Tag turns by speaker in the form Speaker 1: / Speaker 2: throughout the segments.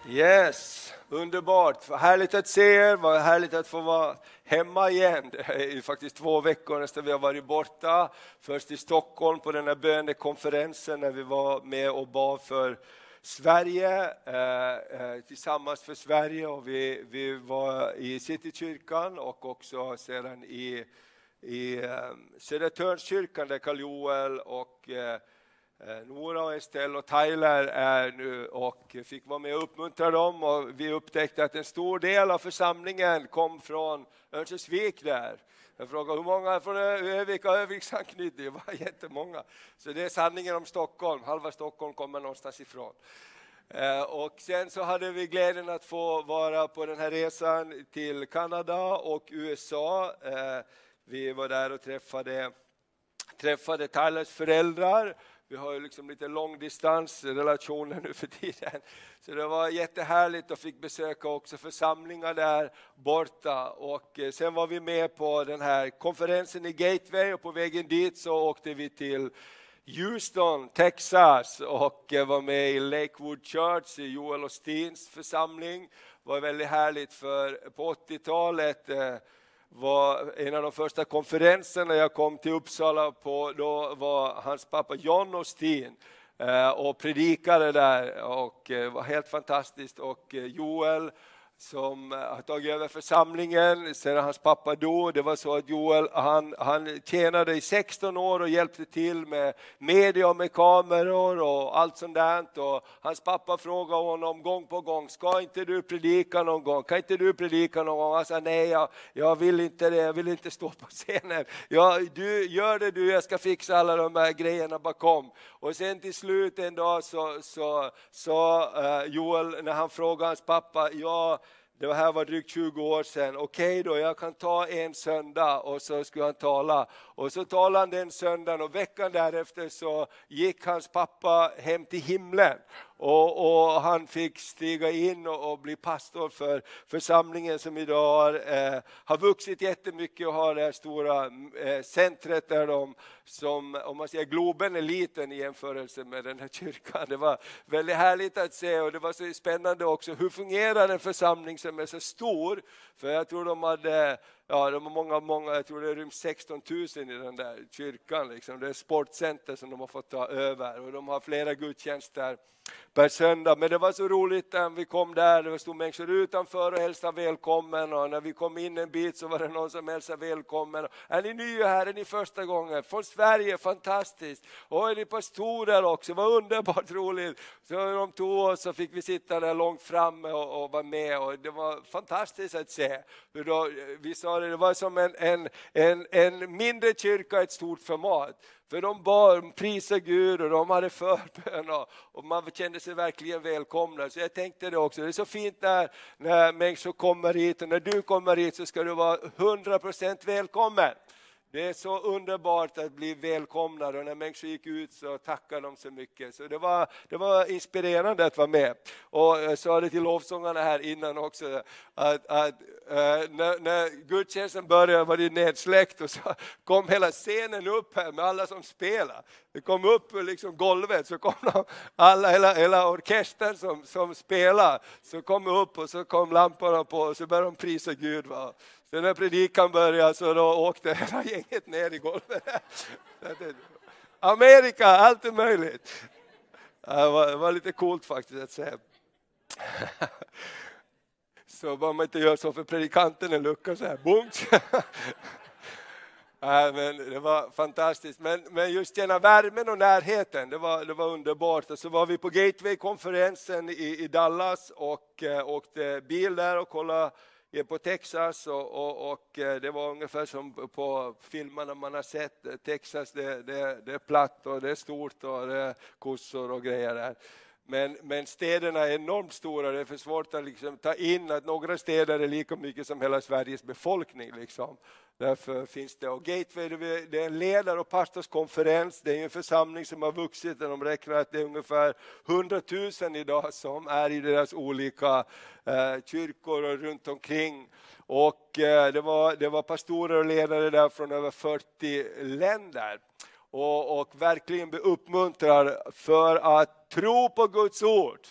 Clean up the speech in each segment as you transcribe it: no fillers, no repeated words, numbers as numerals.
Speaker 1: Yes, underbart. Härligt att se er, vad härligt att få vara hemma igen. Det är ju faktiskt 2 veckor nästan vi har varit borta. Först i Stockholm på den här bönekonferensen när vi var med och bad för Sverige, tillsammans för Sverige. Och vi var i Citykyrkan och också sedan i Södertörnskyrkan där Karl Joel och Nora och Estelle och Tyler är nu och fick vara med och uppmuntra dem, och vi upptäckte att en stor del av församlingen kom från Örnsköldsvik där. Jag frågade hur många från Övik och Öviksanknytning, det var jättemånga. Så det är sanningen om Stockholm, halva Stockholm kommer någonstans ifrån. Och sen så hade vi glädjen att få vara på den här resan till Kanada och USA. Vi var där och träffade Tylers föräldrar. Vi har ju liksom lite långdistansrelationer nu för tiden. Så det var jättehärligt och fick besöka också församlingar där borta. Och sen var vi med på den här konferensen i Gateway, och på vägen dit så åkte vi till Houston, Texas, och var med i Lakewood Church i Joel Osteens församling. Det var väldigt härligt, för på 80-talet var en av de första konferenserna jag kom till Uppsala på. Då var hans pappa John Osteen och predikade där, och det var helt fantastiskt. Och Joel som har tagit över församlingen sedan hans pappa dog. Det var så att Joel han tjänade i 16 år och hjälpte till med media och med kameror och allt sånt där. Och hans pappa frågade honom gång på gång: ska inte du predika någon gång? Kan inte du predika någon gång? Han sa nej, jag vill inte det, jag vill inte stå på scenen. Du gör det du, jag ska fixa alla de här grejerna bakom. Och sen till slut en dag så Joel, när han frågade hans pappa, det här var drygt 20 år sedan. Okej då, jag kan ta en söndag. Och så skulle han tala. Och så talade han den söndagen, och veckan därefter så gick hans pappa hem till himlen. Och han fick stiga in och bli pastor för församlingen som idag har vuxit jättemycket och har det här stora centret där som, om man säger, Globen är liten i jämförelse med den här kyrkan. Det var väldigt härligt att se, och det var så spännande också. Hur fungerar en församling som är så stor? För jag tror de har många, jag tror det ryms 16 000 i den där kyrkan. Liksom. Det är sportcenter som de har fått ta över, och de har flera gudstjänster per söndag. Men det var så roligt när vi kom där. Det var stor människor utanför och hälsade välkommen. Och när vi kom in en bit så var det någon som hälsade välkommen. Är ni nya här? Är ni första gången? Från Sverige, fantastiskt. Och är ni pastorer också? Det var underbart roligt. Så de tog oss, så fick vi sitta där långt framme och vara med. Och det var fantastiskt att se. Vi sa det var som en mindre kyrka, ett stort format. För de bad, prisade Gud, och de hade förbön, och man kände sig verkligen välkomna. Så jag tänkte det också. Det är så fint när människor kommer hit, och när du kommer hit så ska du vara 100% välkommen. Det är så underbart att bli välkomnad, och när människor gick ut så tackade de så mycket. Så det var inspirerande att vara med. Och jag sa det till lovsångarna här innan också, att när gudstjänsten började var det nedsläckt, och så kom hela scenen upp här med alla som spelar. Det kom upp liksom golvet, så kom hela orkestern som spelar, så kom upp, och så kom lamporna på, och så började de prisa Gud. Va? Så när predikan började så då åkte hela gänget ner i golvet. Amerika, allt är möjligt. Det var lite coolt faktiskt att säga. Så bara man inte gör så för predikanten, en lucka så här, booms. Men det var fantastiskt. Men just denna värmen och närheten, det var underbart. Och så var vi på Gateway-konferensen i Dallas och åkte bil där och kollade på Texas, och det var ungefär som på filmerna man har sett. Texas, det är platt och det är stort och det är kossor och grejer där. Men städerna är enormt stora. Det är för svårt att liksom ta in att några städer är lika mycket som hela Sveriges befolkning. Liksom. Därför finns det. Och Gateway, det är en ledar- och pastorskonferens. Det är en församling som har vuxit. De räknar att det är ungefär 100 000 idag som är i deras olika kyrkor och runt omkring. Och det var pastorer och ledare där från över 40 länder. Och verkligen uppmuntrar för att tro på Guds ord.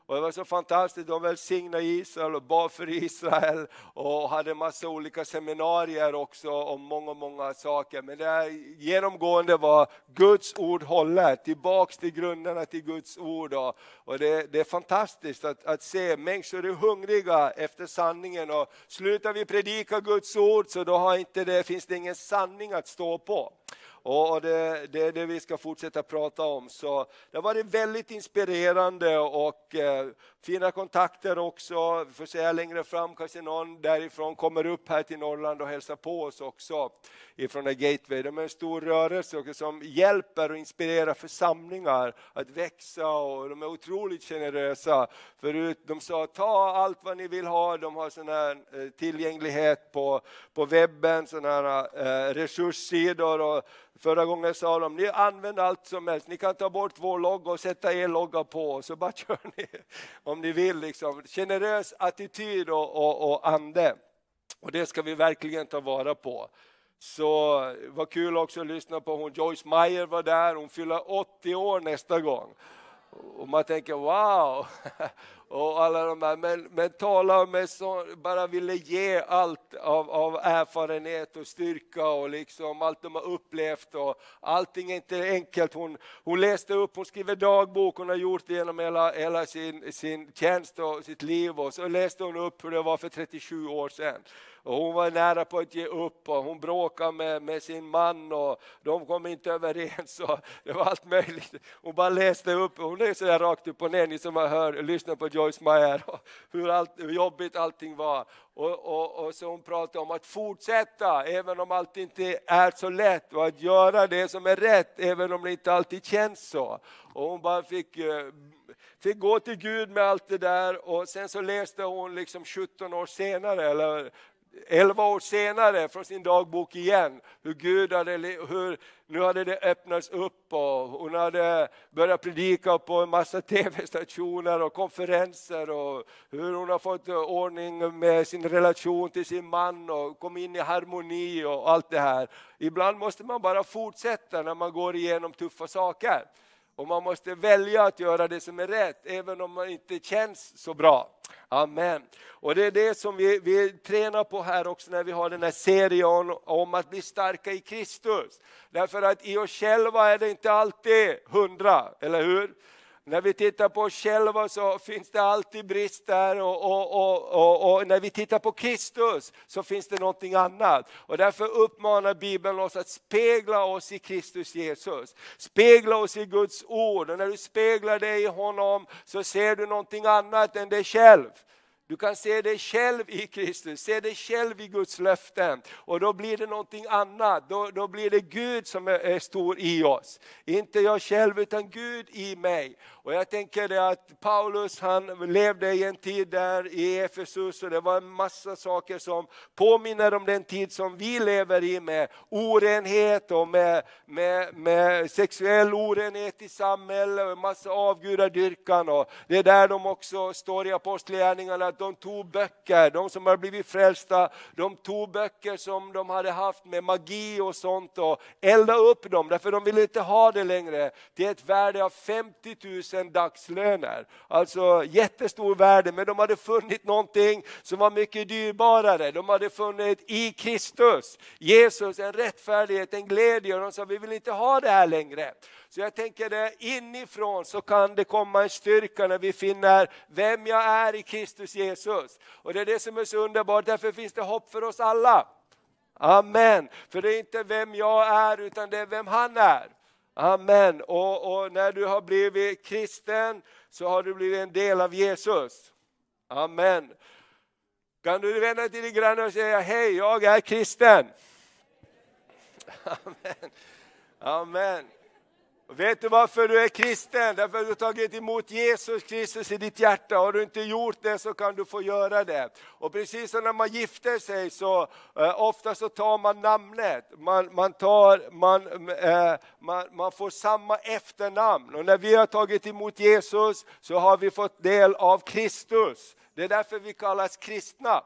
Speaker 1: Och det var så fantastiskt, de välsignade Israel och bad för Israel och hade massa olika seminarier också om många saker. Men det här genomgående var Guds ord hållet, tillbaks till grunderna till Guds ord. Och det är fantastiskt att se människor är hungriga efter sanningen. Och slutar vi predika Guds ord så då finns det ingen sanning att stå på. Och det är det vi ska fortsätta prata om. Så det har varit väldigt inspirerande och fina kontakter också. Vi får se längre fram, kanske någon därifrån kommer upp här till Norrland och hälsar på oss också. Ifrån The Gateway. De är en stor rörelse också som hjälper och inspirerar församlingar att växa. Och de är otroligt generösa. Förut de sa ta allt vad ni vill ha. De har sån här tillgänglighet på webben. Såna här resurssidor och förra gången sa de, ni använder allt som helst. Ni kan ta bort vår logga och sätta er logga på. Så bara kör ni om ni vill. Liksom. Generös attityd och ande. Och det ska vi verkligen ta vara på. Så det var kul också att lyssna på hon Joyce Meyer var där. Hon fyller 80 år nästa gång. Och man tänker wow. Och alla de här, men tala med så, bara ville ge allt av erfarenhet och styrka och liksom allt de har upplevt och allting är inte enkelt. Hon läste upp, hon skriver dagbok, hon har gjort det genom hela sin tjänst och sitt liv och så läste hon upp hur det var för 37 år sedan. Och hon var nära på att ge upp och hon bråkade med sin man och de kom inte överens och det var allt möjligt. Hon bara läste upp, hon är så där rakt upp och ner, ni som har lyssnat på Joyce Meyer och hur jobbigt allting var. Och så hon pratade om att fortsätta även om allt inte är så lätt och att göra det som är rätt även om det inte alltid känns så. Och hon bara fick gå till Gud med allt det där och sen så läste hon liksom 17 år senare eller 11 år senare från sin dagbok igen. Hur nu hade det öppnats upp och hon hade börjat predika på en massa tv-stationer och konferenser. Och hur hon har fått ordning med sin relation till sin man och kom in i harmoni och allt det här. Ibland måste man bara fortsätta när man går igenom tuffa saker. Och man måste välja att göra det som är rätt även om man inte känns så bra. Amen. Och det är det som vi tränar på här också när vi har den här serien om att bli starka i Kristus. Därför att i oss själva är det inte alltid 100, eller hur? När vi tittar på oss själva så finns det alltid brister och när vi tittar på Kristus så finns det någonting annat. Och därför uppmanar Bibeln oss att spegla oss i Kristus Jesus. Spegla oss i Guds ord och när du speglar dig i honom så ser du någonting annat än dig själv. Du kan se dig själv i Kristus, se dig själv i Guds löften. Och då blir det någonting annat. Då blir det Gud som är stor i oss. Inte jag själv utan Gud i mig. Och jag tänker det att Paulus han levde i en tid där i Efesus. Och det var en massa saker som påminner om den tid som vi lever i. Med orenhet och med sexuell orenhet i samhället. Och en massa avgudadyrkan. Och det är där de också står i apostlagärningarna. De tog böcker, de som har blivit frälsta, de tog böcker som de hade haft med magi och sånt och eldade upp dem. Därför de ville inte ha det längre till ett värde av 50 000 dagslöner. Alltså jättestor värde, men de hade funnit någonting som var mycket dyrbarare. De hade funnit i Kristus, Jesus, en rättfärdighet, en glädje och de sa vi vill inte ha det här längre. Så jag tänker det inifrån så kan det komma en styrka när vi finner vem jag är i Kristus Jesus. Och det är det som är så underbart, därför finns det hopp för oss alla. Amen. För det är inte vem jag är utan det är vem han är. Amen. Och när du har blivit kristen så har du blivit en del av Jesus. Amen. Kan du vända till din granne och säga hej, jag är kristen. Amen. Amen. Vet du varför du är kristen? Därför att du har tagit emot Jesus Kristus i ditt hjärta. Har du inte gjort det så kan du få göra det. Och precis som när man gifter sig så ofta så tar man namnet. Man får samma efternamn. Och när vi har tagit emot Jesus så har vi fått del av Kristus. Det är därför vi kallas kristna.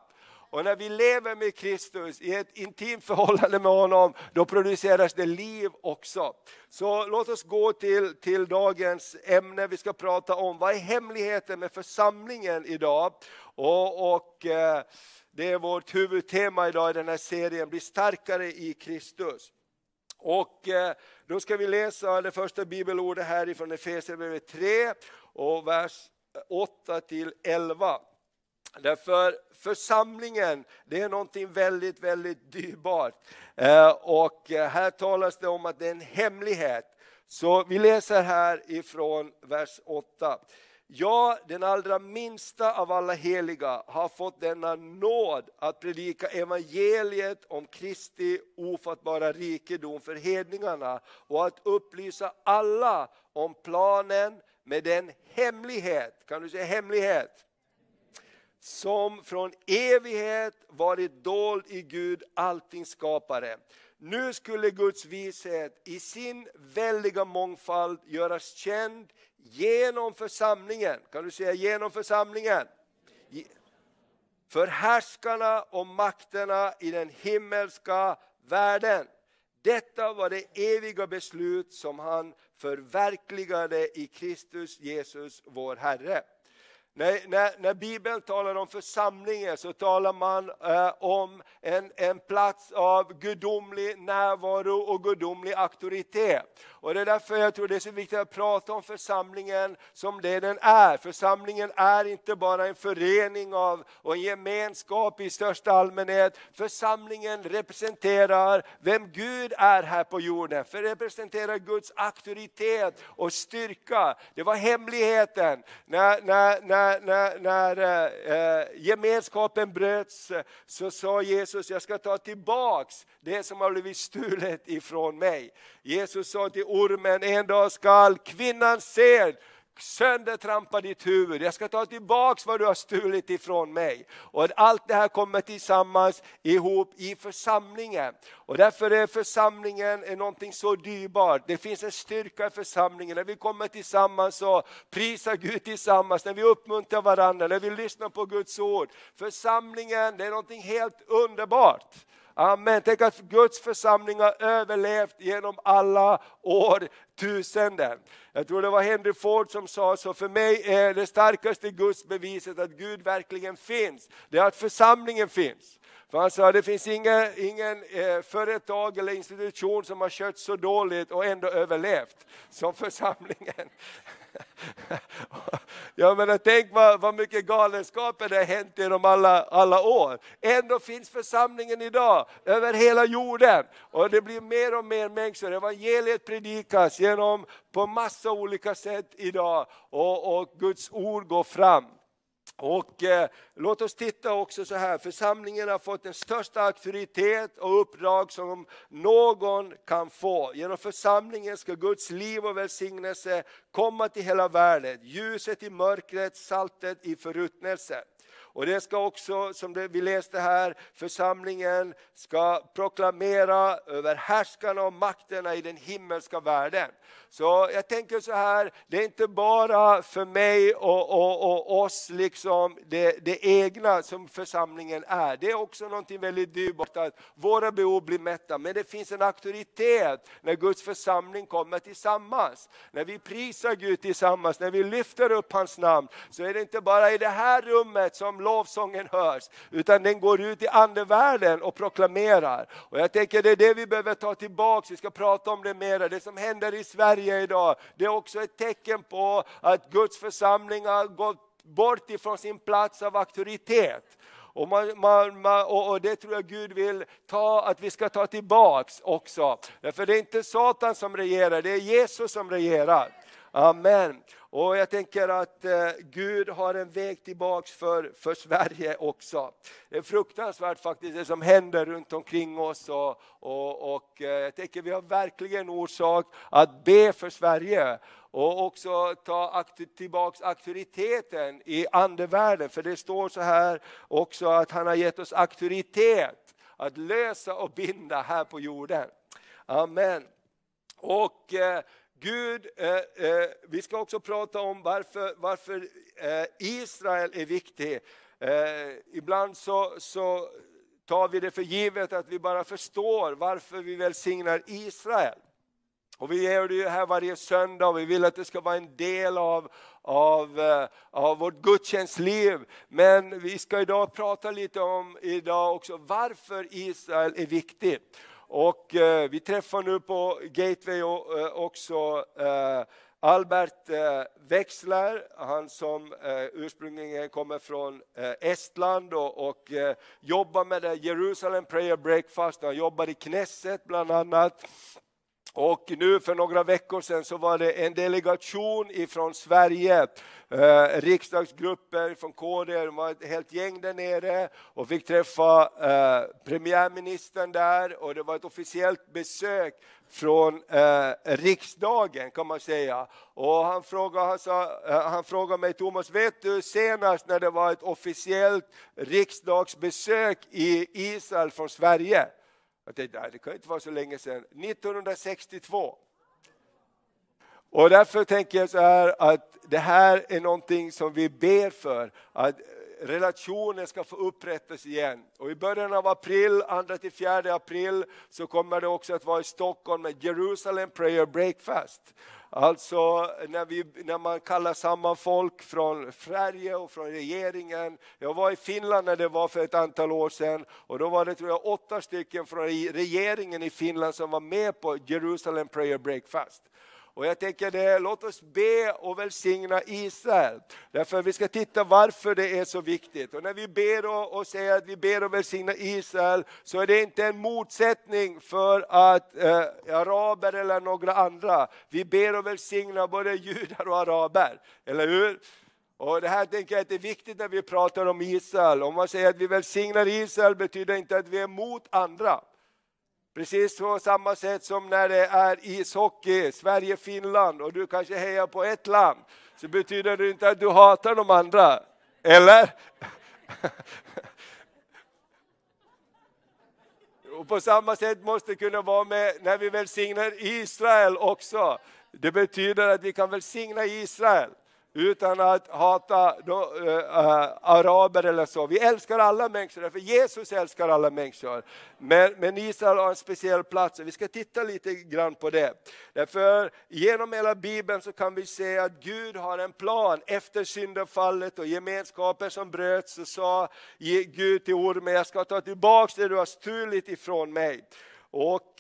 Speaker 1: Och när vi lever med Kristus i ett intimt förhållande med honom, då produceras det liv också. Så låt oss gå till dagens ämne. Vi ska prata om vad är hemligheten med församlingen idag. Och det är vårt huvudtema idag i den här serien, bli starkare i Kristus. Och då ska vi läsa det första bibelordet här ifrån Efesierbrevet 3 och vers 8-11. Därför församlingen, det är någonting väldigt, väldigt dyrbart. Och här talas det om att det är en hemlighet. Så vi läser här ifrån vers 8. Ja, den allra minsta av alla heliga har fått denna nåd att predika evangeliet om Kristi ofattbara rikedom för hedningarna och att upplysa alla om planen med den hemlighet, kan du säga hemlighet, som från evighet varit dold i Gud allting skapare. Nu skulle Guds vishet i sin väldiga mångfald göras känd genom församlingen. Kan du säga genom församlingen? För härskarna och makterna i den himmelska världen. Detta var det eviga beslut som han förverkligade i Kristus Jesus vår Herre. När Bibeln talar om församlingen så talar man om en plats av gudomlig närvaro och gudomlig auktoritet. Och det är därför jag tror det är så viktigt att prata om församlingen som det den är. Församlingen är inte bara en förening och en gemenskap i största allmänhet. Församlingen representerar vem Gud är här på jorden. För det representerar Guds auktoritet och styrka. Det var hemligheten när gemenskapen bröts, så sa Jesus, jag ska ta tillbaks det som har blivit stulet ifrån mig. Jesus sa till ormen, en dag skall kvinnan se söndertrampa ditt huvud. Jag ska ta tillbaks vad du har stulit ifrån mig. Och allt det här kommer tillsammans ihop i församlingen. Och därför är församlingen någonting så dyrbart. Det finns en styrka i församlingen. När vi kommer tillsammans och prisar Gud tillsammans. När vi uppmuntrar varandra. När vi lyssnar på Guds ord. Församlingen, det är någonting helt underbart. Amen. Tänk att Guds församling har överlevt genom alla årtusenden. Jag tror det var Henry Ford som sa så. För mig är det starkaste Guds beviset att Gud verkligen finns. Det är att församlingen finns. För han sa att det finns ingen företag eller institution som har kört så dåligt och ändå överlevt som församlingen. Jag menar, tänk vad mycket galenskaper det har hänt genom alla år. Ändå finns församlingen idag över hela jorden. Och det blir mer och mer människor. Evangeliet predikas på massa olika sätt idag. Och Guds ord går fram. Och låt oss titta också så här. Församlingen har fått den största auktoritet och uppdrag som någon kan få. Genom församlingen ska Guds liv och välsignelse komma till hela världen. Ljuset i mörkret, saltet i förruttnelse. Och det ska också, som vi läste här, församlingen ska proklamera över härskarna och makterna i den himmelska världen. Så jag tänker så här, det är inte bara för mig och oss liksom det egna som församlingen är. Det är också någonting väldigt dyrbart att våra behov blir mätta. Men det finns en auktoritet när Guds församling kommer tillsammans. När vi prisar Gud tillsammans, när vi lyfter upp hans namn, så är det inte bara i det här rummet som lovsången hörs, utan den går ut i andevärlden och proklamerar. Och jag tänker det är det vi behöver ta tillbaka. Vi ska prata om det mer. Det som händer i Sverige idag, det är också ett tecken på att Guds församling har gått bort ifrån sin plats av auktoritet. Och det tror jag Gud vill att vi ska ta tillbaks också. För det är inte Satan som regerar, det är Jesus som regerar. Amen. Och jag tänker att Gud har en väg tillbaks för Sverige också. Det är fruktansvärt faktiskt det som händer runt omkring oss. Och jag tänker vi har verkligen orsak att be för Sverige. Och också ta tillbaks auktoriteten i andevärlden. För det står så här också att han har gett oss auktoritet att lösa och binda här på jorden. Amen. Och Gud, vi ska också prata om varför Israel är viktig. Ibland så tar vi det för givet att vi bara förstår varför vi välsignar Israel. Och vi gör det ju här varje söndag och vi vill att det ska vara en del av vårt gudstjänstliv. Men vi ska idag prata lite om också varför Israel är viktigt. Och vi träffar nu på Gateway också Albert Wexler, han som ursprungligen kommer från Estland och jobbar med det Jerusalem Prayer Breakfast. Han jobbar i Knesset bland annat. Och nu för några veckor sedan så var det en delegation ifrån Sverige, riksdagsgrupper från KD, det var ett helt gäng där nere och fick träffa premiärministern där, och det var ett officiellt besök från riksdagen kan man säga. Och han frågade mig, Thomas, vet du senast när det var ett officiellt riksdagsbesök i Israel från Sverige? Det kan inte vara så länge sedan. 1962. Och därför tänker jag så här att det här är någonting som vi ber för. Att relationen ska få upprättas igen. Och i början av april, 2-4 april, så kommer det också att vara i Stockholm med Jerusalem Prayer Breakfast. Alltså när man kallar samman folk från Sverige och från regeringen. Jag var i Finland när det var för ett antal år sedan. Och då var det, tror jag, 8 stycken från regeringen i Finland som var med på Jerusalem Prayer Breakfast. Och jag tänker låt oss be och välsigna Israel. Därför vi ska titta varför det är så viktigt. Och när vi ber och säger att vi ber och välsigna Israel, så är det inte en motsättning för att araber eller några andra. Vi ber och välsigna både judar och araber. Eller hur? Och det här tänker jag att det är viktigt när vi pratar om Israel. Om man säger att vi välsignar Israel betyder inte att vi är emot andra. Precis på samma sätt som när det är ishockey, Sverige-Finland, och du kanske hejar på ett land, så betyder det inte att du hatar de andra. Eller? Och på samma sätt måste det kunna vara med när vi välsignar Israel också. Det betyder att vi kan välsigna Israel utan att hata araber eller så. Vi älskar alla människor, därför Jesus älskar alla människor. Men Israel har en speciell plats, och vi ska titta lite grann på det. Därför genom hela Bibeln så kan vi se att Gud har en plan. Efter syndafallet och gemenskapen som bröts, så sa Gud till ormen, jag ska ta tillbaka det du har stulit ifrån mig. Och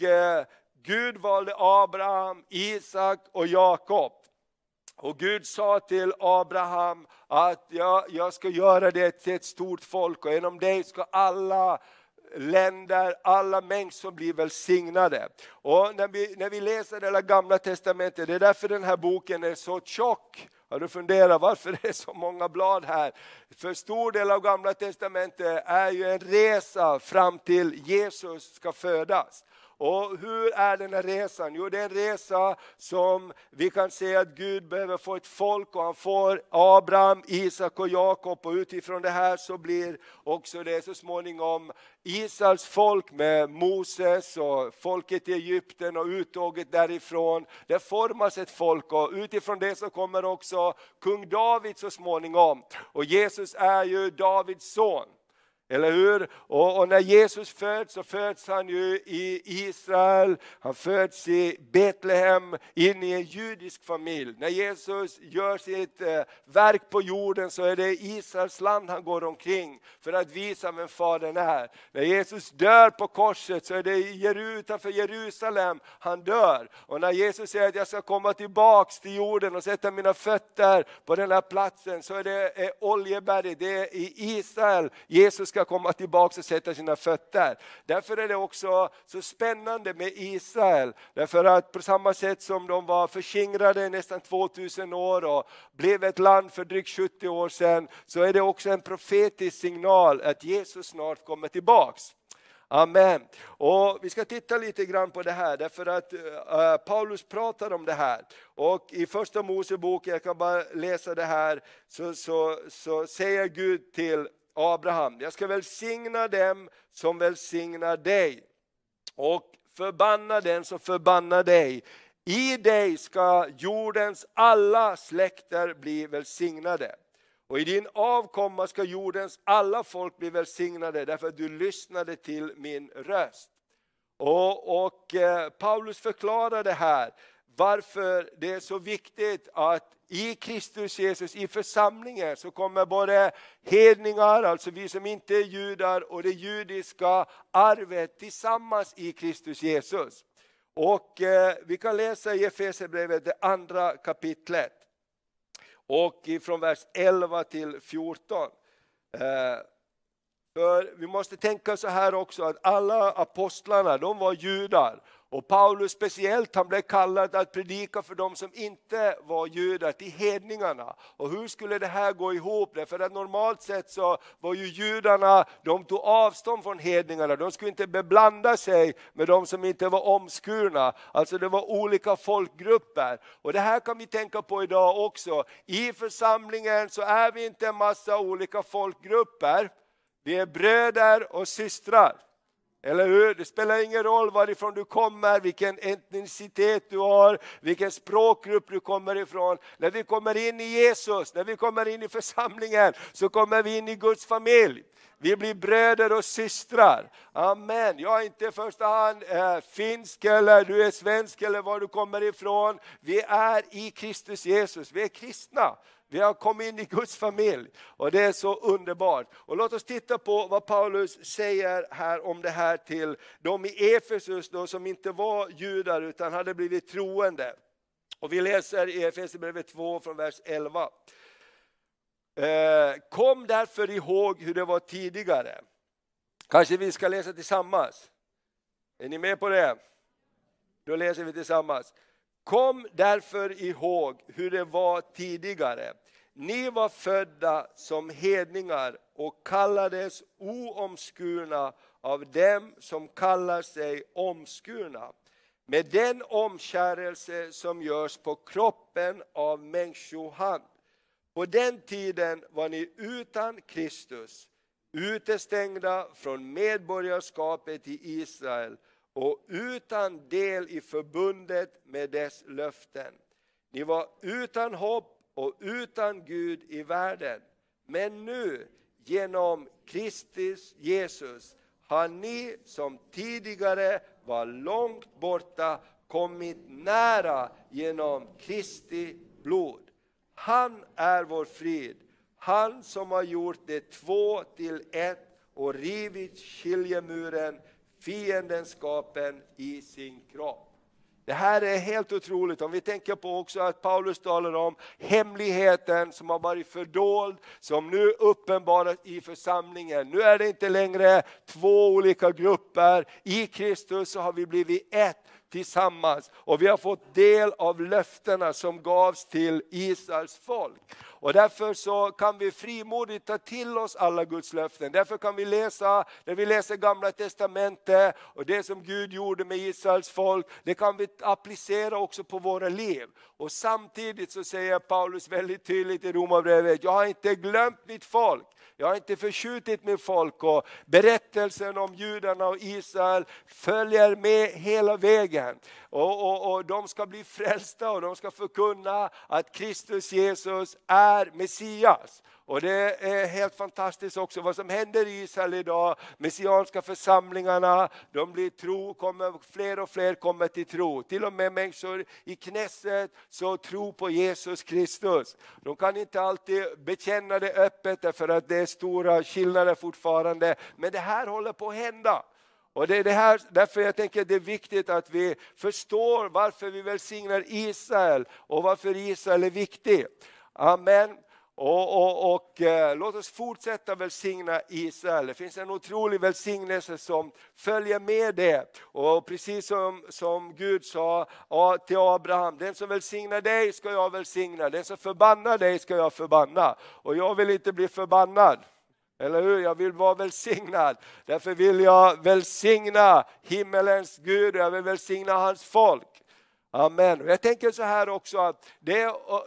Speaker 1: Gud valde Abraham, Isak och Jakob. Och Gud sa till Abraham att jag ska göra det till ett stort folk, och genom dig ska alla länder, alla människor blir välsignade. Och när vi läser det gamla testamentet, det är därför den här boken är så tjock. Har du funderat varför det är så många blad här? För stor del av gamla testamentet är ju en resa fram till Jesus ska födas. Och hur är den här resan? Jo, det är en resa som vi kan se att Gud behöver få ett folk, och han får Abraham, Isak och Jakob, och utifrån det här så blir också det så småningom Israels folk med Moses och folket i Egypten och uttåget därifrån. Det formas ett folk, och utifrån det så kommer också kung David så småningom. Och Jesus är ju Davids son. Eller hur? Och när Jesus föds, så föds han ju i Israel. Han föds i Betlehem in i en judisk familj. När Jesus gör sitt verk på jorden, så är det Israels land han går omkring för att visa vem Fadern är. När Jesus dör på korset, så är det utanför Jerusalem han dör. Och när Jesus säger att jag ska komma tillbaks till jorden och sätta mina fötter på den här platsen, så är det Oljeberget, det är i Israel Jesus ska komma tillbaka och sätta sina fötter. Därför är det också så spännande med Israel. Därför att på samma sätt som de var förskingrade nästan 2000 år och blev ett land för drygt 70 år sedan, så är det också en profetisk signal att Jesus snart kommer tillbaks. Amen. Och vi ska titta lite grann på det här, därför att Paulus pratar om det här. Och i första Mosebok, jag kan bara läsa det här, så säger Gud till Abraham, jag ska välsigna dem som välsignar dig, och förbanna den som förbannar dig. I dig ska jordens alla släkter bli välsignade. Och i din avkomma ska jordens alla folk bli välsignade därför att du lyssnade till min röst. Och Paulus förklarar det här. Varför det är så viktigt att i Kristus Jesus, i församlingen, så kommer både hedningar, alltså vi som inte är judar, och det judiska arvet tillsammans i Kristus Jesus. Och vi kan läsa i Efesierbrevet, det andra kapitlet. Och ifrån vers 11 till 14. För vi måste tänka så här också, att alla apostlarna, de var judar. Och Paulus speciellt, han blev kallad att predika för dem som inte var judar, till hedningarna. Och hur skulle det här gå ihop? För att normalt sett så var ju judarna, de tog avstånd från hedningarna. De skulle inte beblanda sig med de som inte var omskurna. Alltså det var olika folkgrupper. Och det här kan vi tänka på idag också. I församlingen så är vi inte en massa olika folkgrupper. Vi är bröder och systrar. Eller hur? Det spelar ingen roll varifrån du kommer, vilken etnicitet du har, vilken språkgrupp du kommer ifrån. När vi kommer in i Jesus, när vi kommer in i församlingen, så kommer vi in i Guds familj. Vi blir bröder och systrar. Amen. Jag är inte i första hand finsk eller du är svensk eller var du kommer ifrån. Vi är i Kristus Jesus, vi är kristna. Vi har kommit in i Guds familj och det är så underbart. Och låt oss titta på vad Paulus säger här om det här till de i Efesus då, som inte var judar utan hade blivit troende. Och vi läser i Efesierbrevet 2 från vers 11. Kom därför ihåg hur det var tidigare. Kanske vi ska läsa tillsammans. Är ni med på det? Då läser vi tillsammans. Kom därför ihåg hur det var tidigare. Ni var födda som hedningar och kallades oomskurna av dem som kallar sig omskurna. Med den omskärelse som görs på kroppen av människohand. På den tiden var ni utan Kristus, utestängda från medborgarskapet i Israel och utan del i förbundet med dess löften. Ni var utan hopp och utan Gud i världen. Men nu, genom Kristus Jesus, har ni som tidigare var långt borta kommit nära genom Kristi blod. Han är vår frid. Han som har gjort det 2 till 1 och rivit skiljemuren, fiendenskapen i sin kropp. Det här är helt otroligt. Om vi tänker på också att Paulus talar om hemligheten som har varit fördold, som nu uppenbaras i församlingen. Nu är det inte längre 2 olika grupper. I Kristus så har vi blivit ett tillsammans. Och vi har fått del av löftena som gavs till Israels folk. Och därför så kan vi frimodigt ta till oss alla Guds löften. Därför kan vi läsa, när vi läser Gamla testamentet och det som Gud gjorde med Israels folk, det kan vi applicera också på våra liv. Och samtidigt så säger Paulus väldigt tydligt i Romarbrevet, jag har inte glömt mitt folk. Jag har inte förskjutit mitt folk, och berättelsen om judarna och Israel följer med hela vägen. Och de ska bli frälsta och de ska förkunna att Kristus Jesus är Messias. Och det är helt fantastiskt också vad som händer i Israel idag. Messianska församlingarna, de blir tro, fler och fler kommer till tro. Till och med människor i Knesset så tror på Jesus Kristus. De kan inte alltid bekänna det öppet därför att det är stora skillnader fortfarande. Men det här håller på att hända. Och det är det här, därför jag tänker att det är viktigt att vi förstår varför vi välsignar Israel och varför Israel är viktig. Amen. Och låt oss fortsätta välsigna Israel. Det finns en otrolig välsignelse som följer med det. Och precis som Gud sa till Abraham, den som välsignar dig ska jag välsigna. Den som förbannar dig ska jag förbanna. Och jag vill inte bli förbannad. Eller hur? Jag vill vara välsignad. Därför vill jag välsigna himmelens Gud och jag vill välsigna hans folk. Amen. Jag tänker så här också att det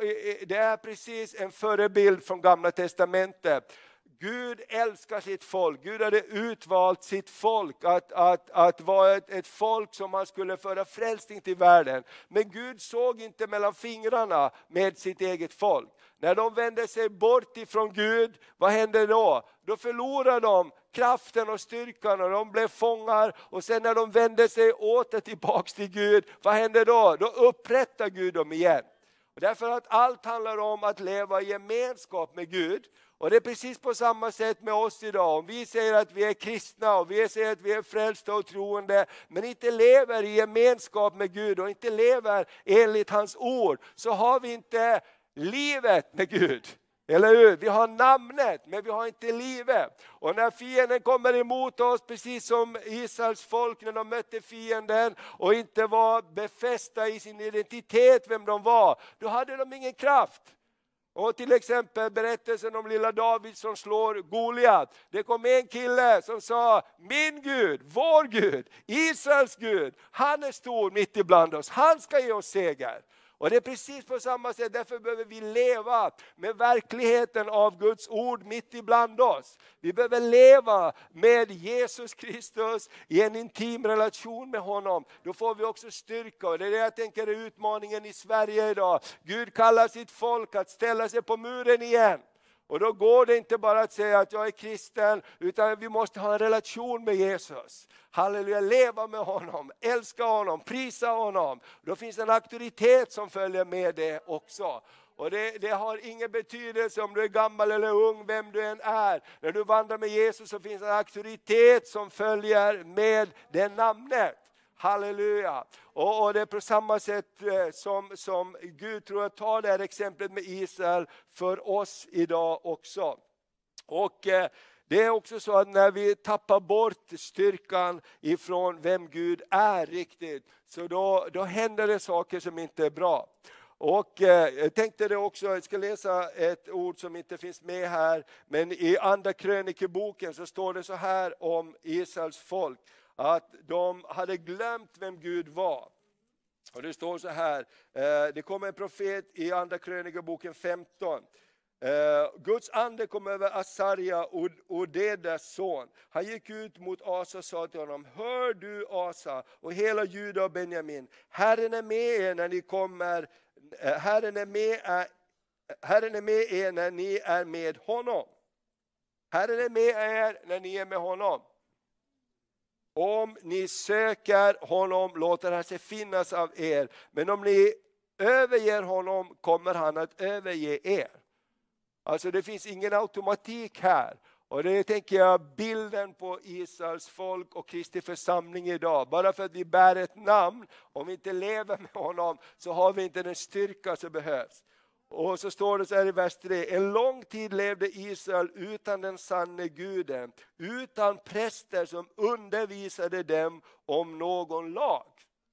Speaker 1: är precis en förebild från Gamla testamentet. Gud älskar sitt folk. Gud hade utvalt sitt folk att vara ett folk som han skulle föra frälsning till världen. Men Gud såg inte mellan fingrarna med sitt eget folk. När de vänder sig bort ifrån Gud, vad händer då? Då förlorar de kraften och styrkan och de blev fångar. Och sen när de vänder sig åter tillbaks till Gud, vad händer då? Då upprättar Gud dem igen. Och därför att allt handlar om att leva i gemenskap med Gud. Och det är precis på samma sätt med oss idag. Om vi säger att vi är kristna och vi säger att vi är frälsta och troende, men inte lever i gemenskap med Gud och inte lever enligt hans ord, så har vi inte livet med Gud. Eller hur? Vi har namnet, men vi har inte livet. Och när fienden kommer emot oss, precis som Israels folk när de mötte fienden och inte var befästa i sin identitet vem de var, då hade de ingen kraft. Och till exempel berättelsen om lilla David som slår Goliat. Det kom en kille som sa: min Gud, vår Gud, Israels Gud, han är stor mitt ibland oss. Han ska ge oss seger. Och det är precis på samma sätt, därför behöver vi leva med verkligheten av Guds ord mitt ibland oss. Vi behöver leva med Jesus Kristus i en intim relation med honom. Då får vi också styrka, och det är det jag tänker är utmaningen i Sverige idag. Gud kallar sitt folk att ställa sig på muren igen. Och då går det inte bara att säga att jag är kristen, utan vi måste ha en relation med Jesus. Halleluja, leva med honom, älska honom, prisa honom. Då finns en auktoritet som följer med det också. Och det har ingen betydelse om du är gammal eller ung, vem du än är. När du vandrar med Jesus så finns en auktoritet som följer med det namnet. Halleluja. Och det är på samma sätt som Gud tror jag tar det här exemplet med Israel för oss idag också. Och det är också så att när vi tappar bort styrkan ifrån vem Gud är riktigt, så då händer det saker som inte är bra. Och jag tänkte det också, jag ska läsa ett ord som inte finns med här, men i andra krönikeboken så står det så här om Israels folk, att de hade glömt vem Gud var. Och det står så här, det kommer en profet i andra krönikeboken 15. Guds ande kom över Asaria, Odedas son. Han gick ut mot Asa och sa till honom: hör du Asa och hela Juda och Benjamin, Herren är med er när ni kommer, Herren är med er när ni är med honom. Herren är med er när ni är med honom. Om ni söker honom låter han sig finnas av er. Men om ni överger honom kommer han att överge er. Alltså det finns ingen automatik här. Och det tänker jag bilden på Israels folk och Kristi församling idag. Bara för att vi bär ett namn, om vi inte lever med honom så har vi inte den styrka som behövs. Och så står det så här i vers 3. En lång tid levde Israel utan den sanne guden, utan präster som undervisade dem om någon lag.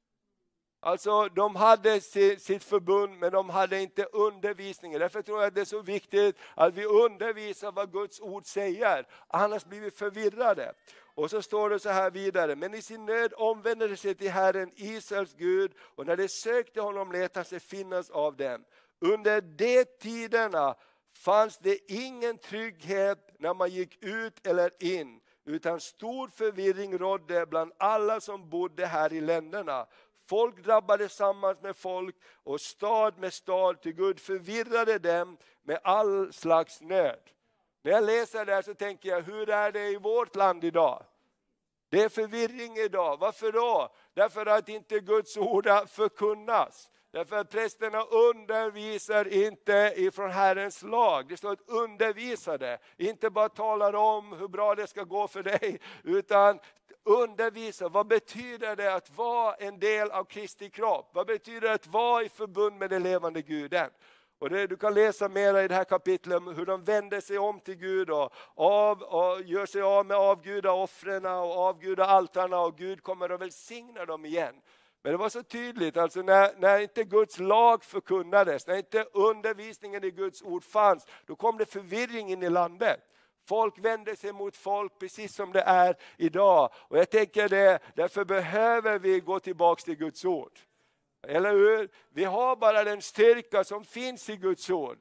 Speaker 1: Alltså de hade sitt förbund, men de hade inte undervisningen. Därför tror jag att det är så viktigt att vi undervisar vad Guds ord säger. Annars blir vi förvirrade. Och så står det så här vidare. Men i sin nöd omvände de sig till Herren, Israels Gud. Och när de sökte honom lät han sig finnas av dem. Under de tiderna fanns det ingen trygghet när man gick ut eller in. Utan stor förvirring rådde bland alla som bodde här i länderna. Folk drabbades samman med folk och stad med stad, till Gud förvirrade dem med all slags nöd. När jag läser det här så tänker jag, hur är det i vårt land idag? Det är förvirring idag. Varför då? Därför att inte Guds ord förkunnas. Därför att prästerna undervisar inte ifrån Herrens lag. Det står att undervisa det. Inte bara talar om hur bra det ska gå för dig, utan undervisa. Vad betyder det att vara en del av Kristi kropp? Vad betyder det att vara i förbund med den levande Guden? Och du kan läsa mer i det här kapitlet om hur de vänder sig om till Gud och gör sig av med avgudaoffren och avgudaaltarna, och Gud kommer att välsigna dem igen. Men det var så tydligt, alltså när inte Guds lag förkunnades, när inte undervisningen i Guds ord fanns, då kom det förvirring in i landet. Folk vände sig mot folk precis som det är idag. Och jag tänker därför behöver vi gå tillbaka till Guds ord. Eller hur? Vi har bara den styrka som finns i Guds ord.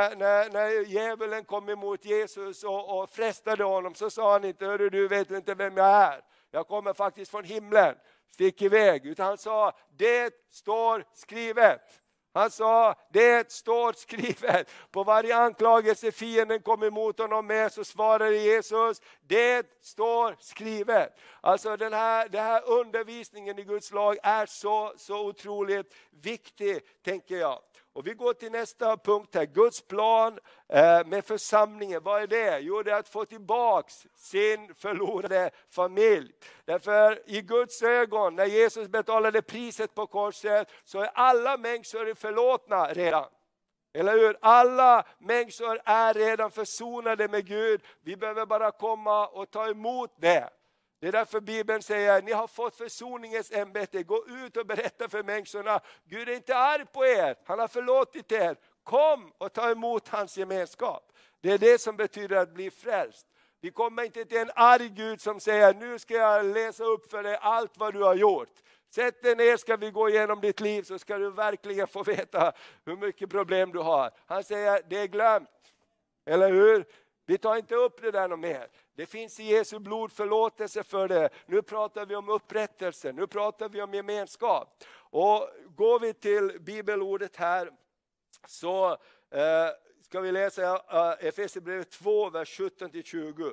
Speaker 1: När djävulen kom emot Jesus och frestade honom, så sa han inte: hörru, du vet inte vem jag är. Jag kommer faktiskt från himlen. Stick iväg. Utan han sa: det står skrivet. Han sa, det står skrivet. På varje anklagelse fienden kom emot honom med, så svarade Jesus, det står skrivet. Alltså den här undervisningen i Guds lag är så otroligt viktig, tänker jag. Och vi går till nästa punkt här. Guds plan med församlingen. Vad är det? Jo, det är att få tillbaks sin förlorade familj. Därför i Guds ögon, när Jesus betalade priset på korset, så är alla människor förlåtna redan. Eller hur? Alla människor är redan försonade med Gud. Vi behöver bara komma och ta emot det. Det är därför Bibeln säger, ni har fått försoningens ämbete. Gå ut och berätta för människorna. Gud är inte arg på er. Han har förlåtit er. Kom och ta emot hans gemenskap. Det är det som betyder att bli frälst. Vi kommer inte till en arg Gud som säger, nu ska jag läsa upp för dig allt vad du har gjort. Sätt dig ner, ska vi gå igenom ditt liv, så ska du verkligen få veta hur mycket problem du har. Han säger, det är glömt. Eller hur? Vi tar inte upp det där något mer. Det finns i Jesu blod förlåtelse för det. Nu pratar vi om upprättelse. Nu pratar vi om gemenskap. Och går vi till bibelordet här, så ska vi läsa Efesierbrevet 2, vers 17-20.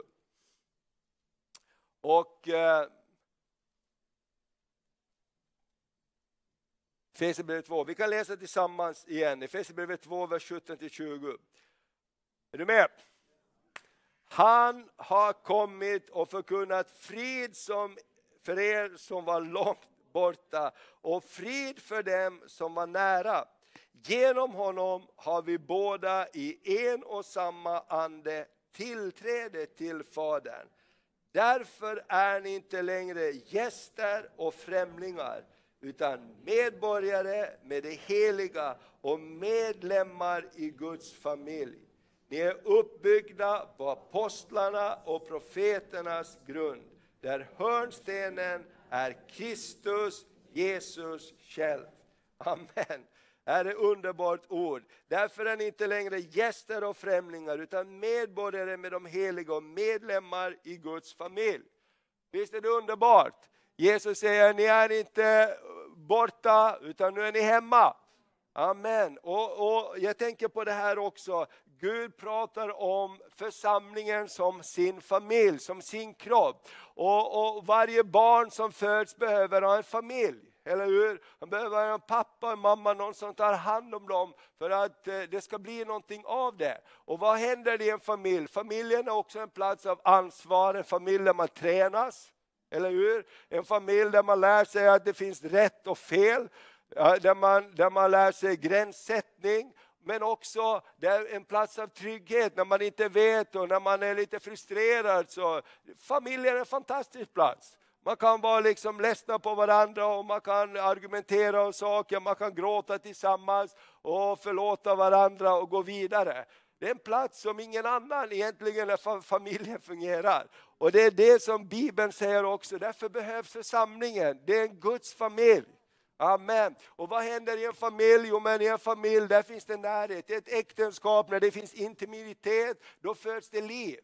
Speaker 1: Och Efesierbrevet 2, vi kan läsa tillsammans igen. Efesierbrevet 2, vers 17-20. Är du med? Han har kommit och förkunnat frid för er som var långt borta och frid för dem som var nära. Genom honom har vi båda i en och samma ande tillträde till Fadern. Därför är ni inte längre gäster och främlingar, utan medborgare med det heliga och medlemmar i Guds familj. Ni är uppbyggda på apostlarna och profeternas grund, där hörnstenen är Kristus, Jesus själv. Amen. Det är ett underbart ord. Därför är ni inte längre gäster och främlingar, utan medborgare med de heliga och medlemmar i Guds familj. Visst är det underbart? Jesus säger, ni är inte borta, utan nu är ni hemma. Amen. Och jag tänker på det här också. Gud pratar om församlingen som sin familj, som sin kropp. Och varje barn som föds behöver ha en familj. Eller hur? Han behöver ha en pappa och mamma, någon som tar hand om dem för att det ska bli någonting av det. Och vad händer i en familj? Familjen är också en plats av ansvar, en familj där man tränas. Eller hur? En familj där man lär sig att det finns rätt och fel. Där man lär sig gränssättning. Men också det är en plats av trygghet när man inte vet och när man är lite frustrerad. Så familjen är en fantastisk plats. Man kan vara liksom ledsna på varandra och man kan argumentera om saker. Man kan gråta tillsammans och förlåta varandra och gå vidare. Det är en plats som ingen annan egentligen när familjen fungerar. Och det är det som Bibeln säger också. Därför behövs församlingen. Det är en Guds familj. Amen. Och vad händer i en familj? Jo, men i en familj där finns det närhet. I ett äktenskap när det finns intimitet, då föds det liv.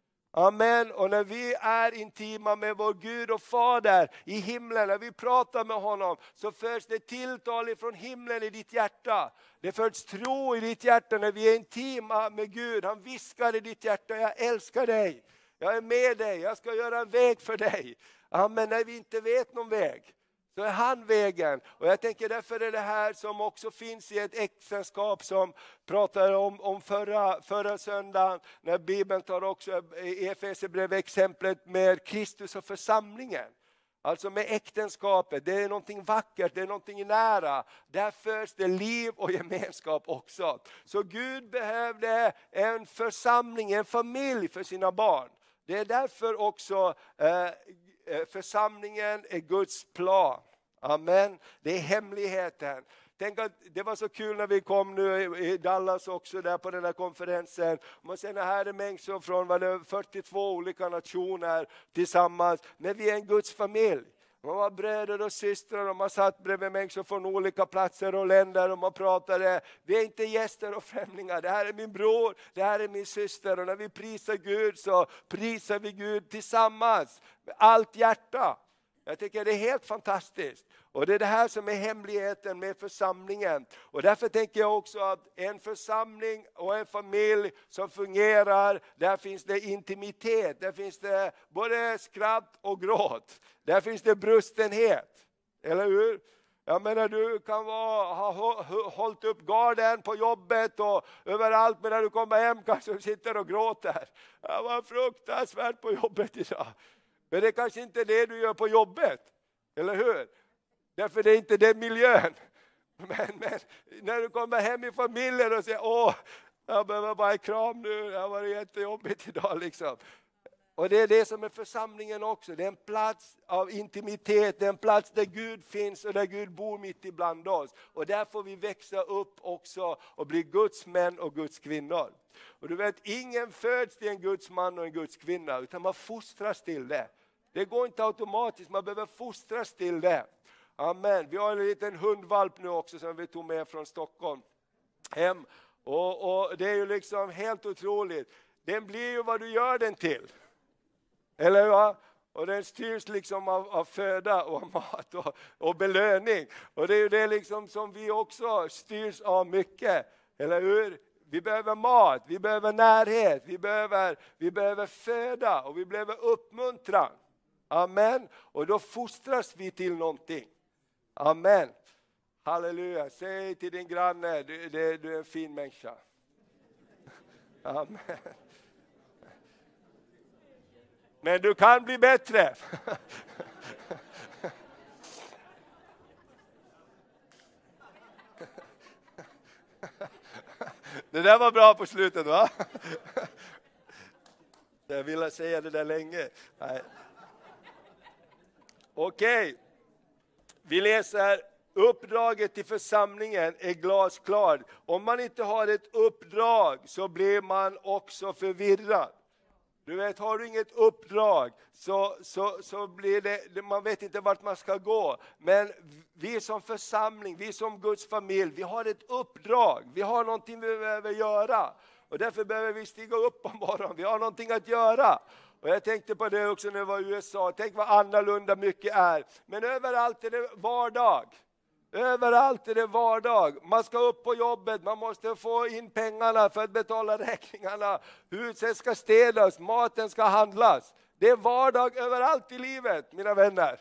Speaker 1: Amen. Och när vi är intima med vår Gud och Fader i himlen, när vi pratar med honom, så föds det tilltal från himlen i ditt hjärta. Det föds tro i ditt hjärta när vi är intima med Gud. Han viskar i ditt hjärta, jag älskar dig. Jag är med dig, jag ska göra en väg för dig. Amen. När vi inte vet någon väg, så är han vägen. Och jag tänker därför är det här som också finns i ett äktenskap som pratade om förra söndagen. När Bibeln tar också i Efesierbrevet exemplet med Kristus och församlingen. Alltså med äktenskapet, det är någonting vackert, det är någonting nära. Där förs det liv och gemenskap också. Så Gud behövde en församling, en familj för sina barn. Det är därför också församlingen är Guds plan. Amen. Det är hemligheten. Tänk att det var så kul när vi kom nu i Dallas också där på den här konferensen. Man ser att här är människor från 42 olika nationer tillsammans. Men vi är en Guds familj. Man var bröder och systrar och man satt bredvid människor från olika platser och länder och man pratade. Vi är inte gäster och främlingar. Det här är min bror, det här är min syster. Och när vi prisar Gud så prisar vi Gud tillsammans med allt hjärta. Jag tycker det är helt fantastiskt. Och det är det här som är hemligheten med församlingen. Och därför tänker jag också att en församling och en familj som fungerar, där finns det intimitet. Där finns det både skratt och gråt. Där finns det brustenhet. Eller hur? Jag menar, du kan ha hållit upp garden på jobbet och överallt, men när du kommer hem kanske du sitter och gråter. Jag var fruktansvärt på jobbet idag. Men det är kanske inte det du gör på jobbet, eller hur? Därför det är inte den miljön. Men när du kommer hem i familjen och säger, jag behöver bara en kram nu, det har varit jättejobbigt idag liksom. Och det är det som är församlingen också. Det är en plats av intimitet, det är en plats där Gud finns och där Gud bor mitt ibland oss. Och där får vi växa upp också och bli Guds män och Guds kvinnor. Och du vet, ingen föds till en Guds man och en Guds kvinna, utan man fostras till det. Det går inte automatiskt, man behöver fostras till det. Amen. Vi har en liten hundvalp nu också som vi tog med från Stockholm hem. Och det är ju liksom helt otroligt. Den blir ju vad du gör den till. Eller hur? Och den styrs liksom av föda och mat och belöning. Och det är ju det liksom som vi också styrs av mycket. Eller hur? Vi behöver mat, vi behöver närhet, vi behöver föda och vi behöver uppmuntran. Amen. Och då fostras vi till någonting. Amen. Halleluja. Säg till din granne, du är en fin människa. Amen. Men du kan bli bättre. Det där var bra på slutet, va? Jag ville säga det där länge. Nej. Okej. Vi läser uppdraget till församlingen är glasklart. Om man inte har ett uppdrag så blir man också förvirrad. Du vet, har du inget uppdrag så blir det, man vet inte vart man ska gå. Men vi som församling, vi som Guds familj, vi har ett uppdrag. Vi har någonting vi behöver göra. Och därför behöver vi stiga upp på morgonen. Vi har någonting att göra. Och jag tänkte på det också när jag var i USA. Tänk vad annorlunda mycket är. Men överallt är det vardag. Överallt är det vardag. Man ska upp på jobbet, man måste få in pengarna för att betala räkningarna. Huset ska städas, maten ska handlas. Det är vardag överallt i livet, mina vänner.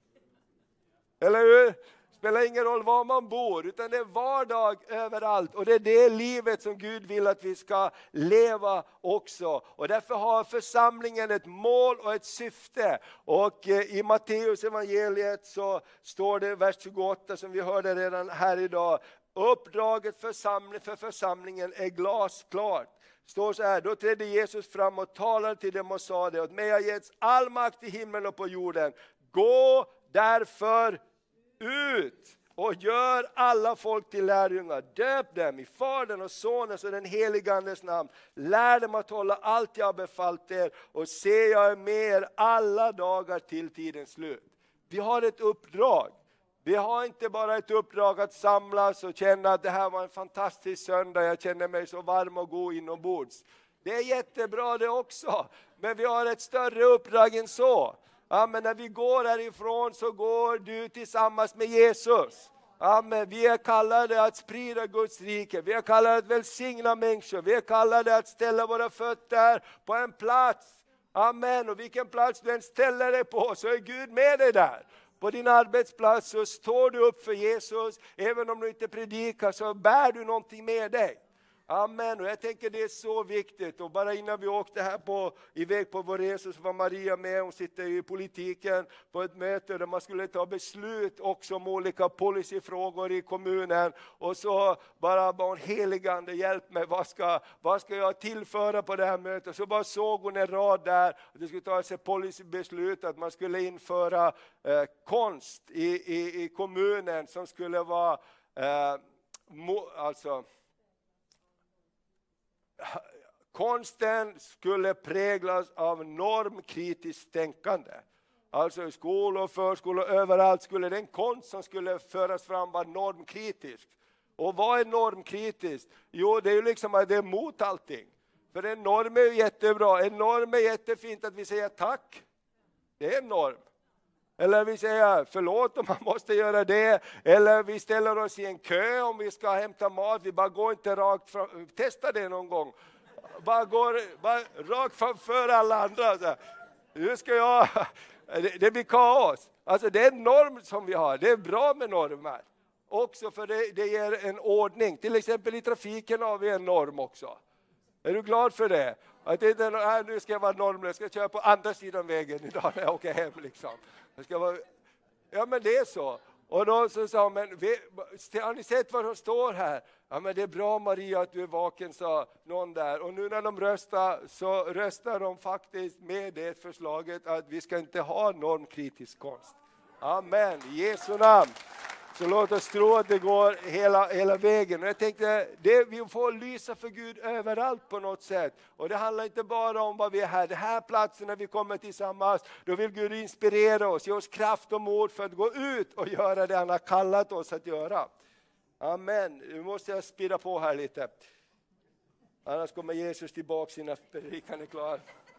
Speaker 1: Eller hur? Det spelar ingen roll var man bor, utan det är vardag överallt. Och det är det livet som Gud vill att vi ska leva också. Och därför har församlingen ett mål och ett syfte. Och i Matteus evangeliet så står det vers 28 som vi hörde redan här idag. Uppdraget för församlingen är glasklart. Står så här, då trädde Jesus fram och talade till dem och sa det. Åt mig har getts all makt i himlen och på jorden. Gå därför ut och gör alla folk till lärjungar. Döp dem i Faderns och Sonens och den helige Andes namn. Lär dem att hålla allt jag har befallt er. Och se, jag är med er alla dagar till tidens slut. Vi har ett uppdrag. Vi har inte bara ett uppdrag att samlas och känna att det här var en fantastisk söndag. Jag känner mig så varm och god inombords. Det är jättebra det också. Men vi har ett större uppdrag än så. Amen. När vi går härifrån så går du tillsammans med Jesus. Amen. Vi är kallade att sprida Guds rike. Vi är kallade att välsigna människor. Vi är kallade att ställa våra fötter på en plats. Amen. Och vilken plats du än ställer dig på så är Gud med dig där. På din arbetsplats så står du upp för Jesus. Även om du inte predikar så bär du någonting med dig. Amen. Och jag tänker det är så viktigt. Och bara innan vi åkte här iväg på vår resa så var Maria med. Hon sitter i politiken på ett möte där man skulle ta beslut också om olika policyfrågor i kommunen. Och så bara hon, helige Ande, hjälp mig. Vad ska jag tillföra på det här mötet? Så bara såg hon en rad där. Det skulle ta sig policybeslut att man skulle införa konst i kommunen som skulle vara konsten skulle präglas av normkritiskt tänkande. Alltså i skolor, förskolor, överallt skulle den konst som skulle föras fram vara normkritisk. Och vad är normkritiskt? Jo, det är ju liksom att det är emot allting. För en norm är ju jättebra. En norm är jättefint att vi säger tack. Det är en norm. Eller vi säger förlåt om man måste göra det. Eller vi ställer oss i en kö om vi ska hämta mat. Vi bara går inte rakt fram. Testa det någon gång. Bara rakt framför alla andra. Så här. Nu ska jag... Det blir kaos. Alltså det är en norm som vi har. Det är bra med normer. Också för det ger en ordning. Till exempel i trafiken har vi en norm också. Är du glad för det? Att det inte är, nu ska jag vara normlös. Jag ska köra på andra sidan vägen idag när jag åker hem. Liksom. Ja men det är så. Och då så sa men har ni sett vad som står här? Ja men det är bra Maria att du är vaken, sa någon där. Och nu när de röstar så röstar de faktiskt med det förslaget att vi ska inte ha normkritisk konst. Amen, i Jesu namn. Så låt oss tro att det går hela vägen. Och jag tänkte, vi får lysa för Gud överallt på något sätt. Och det handlar inte bara om vad vi är här. Det här platsen när vi kommer tillsammans. Då vill Gud inspirera oss, ge oss kraft och mod för att gå ut och göra det han har kallat oss att göra. Amen. Nu måste jag spira på här lite. Annars kommer Jesus tillbaka innan predikan är klar.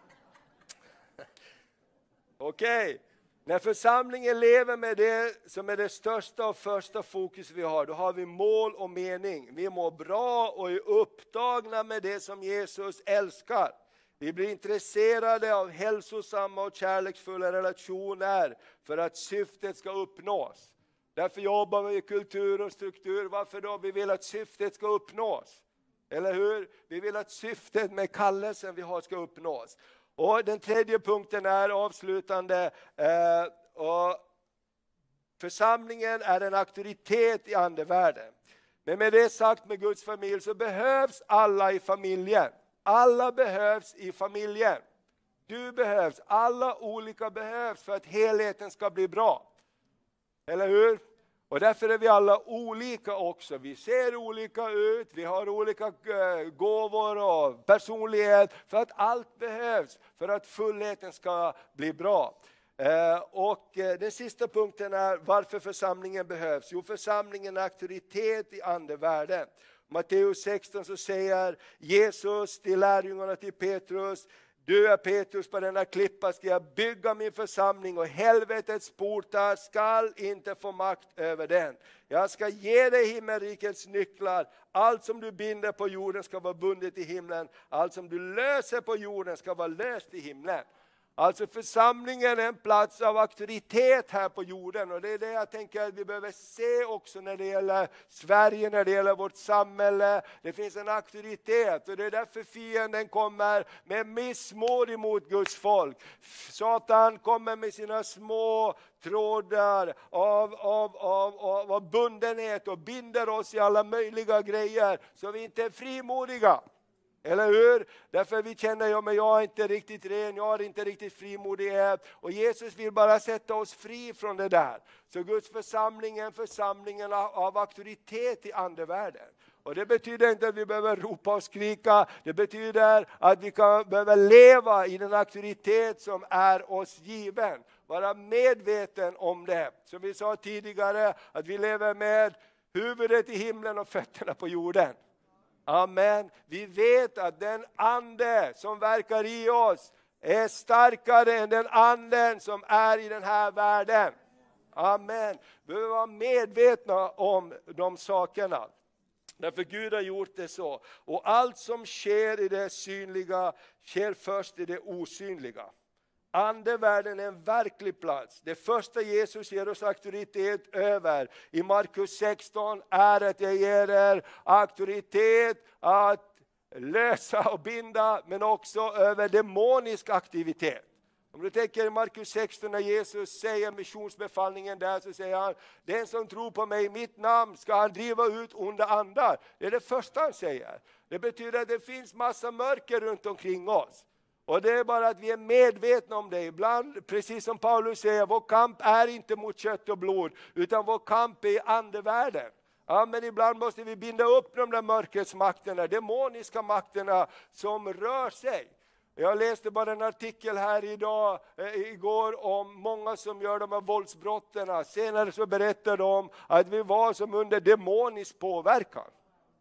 Speaker 1: Okej. När församlingen lever med det som är det största och första fokus vi har, då har vi mål och mening. Vi mår bra och är upptagna med det som Jesus älskar. Vi blir intresserade av hälsosamma och kärleksfulla relationer för att syftet ska uppnås. Därför jobbar vi i kultur och struktur. Varför då? Vi vill att syftet ska uppnås. Eller hur? Vi vill att syftet med kallelsen vi har ska uppnås. Och den tredje punkten är avslutande. Och församlingen är en auktoritet i andevärlden. Men med det sagt med Guds familj så behövs alla i familjen. Alla behövs i familjen. Du behövs. Alla olika behövs för att helheten ska bli bra. Eller hur? Och därför är vi alla olika också. Vi ser olika ut, vi har olika gåvor och personlighet. För att allt behövs, för att fullheten ska bli bra. Och den sista punkten är varför församlingen behövs. Jo, församlingen är auktoritet i andevärlden. Matteus 16 så säger Jesus till lärjungarna, till Petrus: du är Petrus, på denna klippa ska jag bygga min församling och helvetets portar skall inte få makt över den. Jag ska ge dig himmelrikets nycklar. Allt som du binder på jorden ska vara bundet i himlen. Allt som du löser på jorden ska vara löst i himlen. Alltså församlingen är en plats av auktoritet här på jorden. Och det är det jag tänker att vi behöver se också när det gäller Sverige, när det gäller vårt samhälle. Det finns en auktoritet och det är därför fienden kommer med missmod emot Guds folk. Satan kommer med sina små trådar av bundenhet och binder oss i alla möjliga grejer så vi inte är frimodiga. Eller hur? Därför vi känner, men jag är inte riktigt ren, jag har inte riktigt frimodighet. Och Jesus vill bara sätta oss fri från det där. Så Guds församling är en församling av auktoritet i andevärlden. Och det betyder inte att vi behöver ropa och skrika. Det betyder att vi behöver leva i den auktoritet som är oss given. Vara medveten om det. Som vi sa tidigare, att vi lever med huvudet i himlen och fötterna på jorden. Amen. Vi vet att den ande som verkar i oss är starkare än den anden som är i den här världen. Amen. Vi behöver vara medvetna om de sakerna. Därför Gud har gjort det så. Och allt som sker i det synliga sker först i det osynliga. Andevärlden är en verklig plats. Det första Jesus ger oss auktoritet över i Markus 16 är att jag ger er auktoritet att lösa och binda, men också över demonisk aktivitet. Om du tänker i Markus 16 när Jesus säger missionsbefallningen där, så säger han: den som tror på mig i mitt namn ska han driva ut onda andar. Det är det första han säger. Det betyder att det finns massa mörker runt omkring oss. Och det är bara att vi är medvetna om det. Ibland, precis som Paulus säger, vår kamp är inte mot kött och blod, utan vår kamp är i andevärlden. Ja, men ibland måste vi binda upp de där mörkrets makterna, demoniska makterna som rör sig. Jag läste bara en artikel här igår om många som gör de här våldsbrotten. Senare så berättade de att vi var som under demonisk påverkan.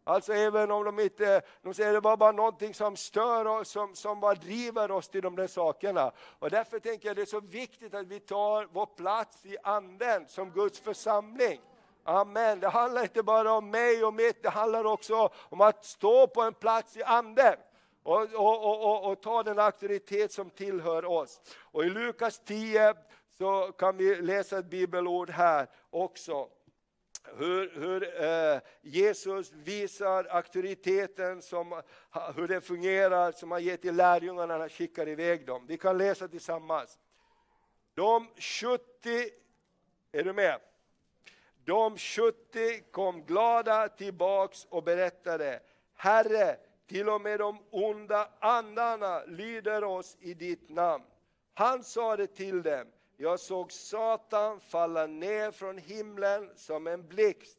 Speaker 1: Alltså även om de säger det var bara någonting som stör oss, som bara driver oss till de där sakerna. Och därför tänker jag det är så viktigt att vi tar vår plats i anden som Guds församling. Amen. Det handlar inte bara om mig och mitt, det handlar också om att stå på en plats i anden. Och ta den auktoritet som tillhör oss. Och i Lukas 10 så kan vi läsa ett bibelord här också. Hur Jesus visar auktoriteten, hur det fungerar, som han ger till lärjungarna när han skickar iväg dem. Vi kan läsa tillsammans. De 70, är du med? De 70 kom glada tillbaks och berättade: Herre, till och med de onda andarna lyder oss i ditt namn. Han sa det till dem: jag såg Satan falla ner från himlen som en blixt.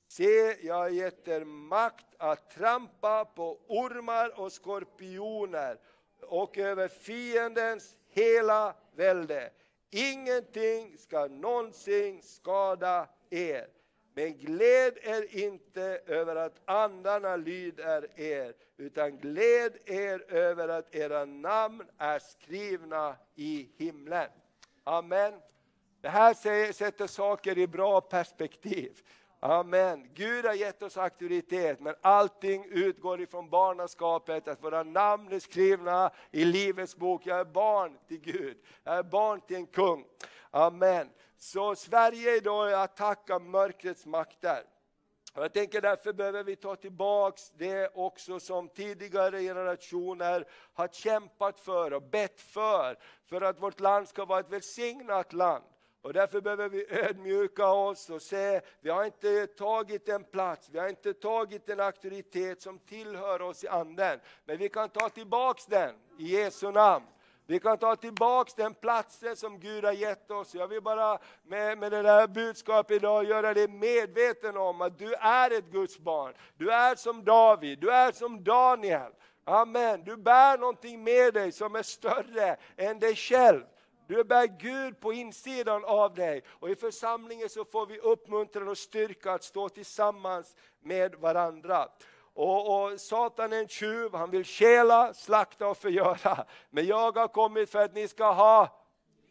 Speaker 1: Se, jag har gett er makt att trampa på ormar och skorpioner och över fiendens hela välde. Ingenting ska någonsin skada er. Men gläd er inte över att andarna lyder er, utan gläd er över att era namn är skrivna i himlen. Amen. Det här sätter saker i bra perspektiv. Amen. Gud har gett oss auktoritet, men allting utgår ifrån barnaskapet, att våra namn är skrivna i livets bok. Jag är barn till Gud. Jag är barn till en kung. Amen. Så Sverige idag är att tacka mörkrets makter. Och jag tänker därför behöver vi ta tillbaks det också som tidigare generationer har kämpat för och bett för att vårt land ska vara ett välsignat land. Och därför behöver vi ödmjuka oss och se, vi har inte tagit en plats, vi har inte tagit en auktoritet som tillhör oss i anden. Men vi kan ta tillbaks den i Jesu namn. Vi kan ta tillbaks den platsen som Gud har gett oss. Jag vill bara med det där budskapet idag göra dig medveten om att du är ett Guds barn. Du är som David, du är som Daniel. Amen. Du bär någonting med dig som är större än dig själv. Du bär Gud på insidan av dig. Och i församlingen så får vi uppmuntran och styrka att stå tillsammans med varandra. Och Satan är en tjuv, han vill stjäla, slakta och förgöra. Men jag har kommit för att ni ska ha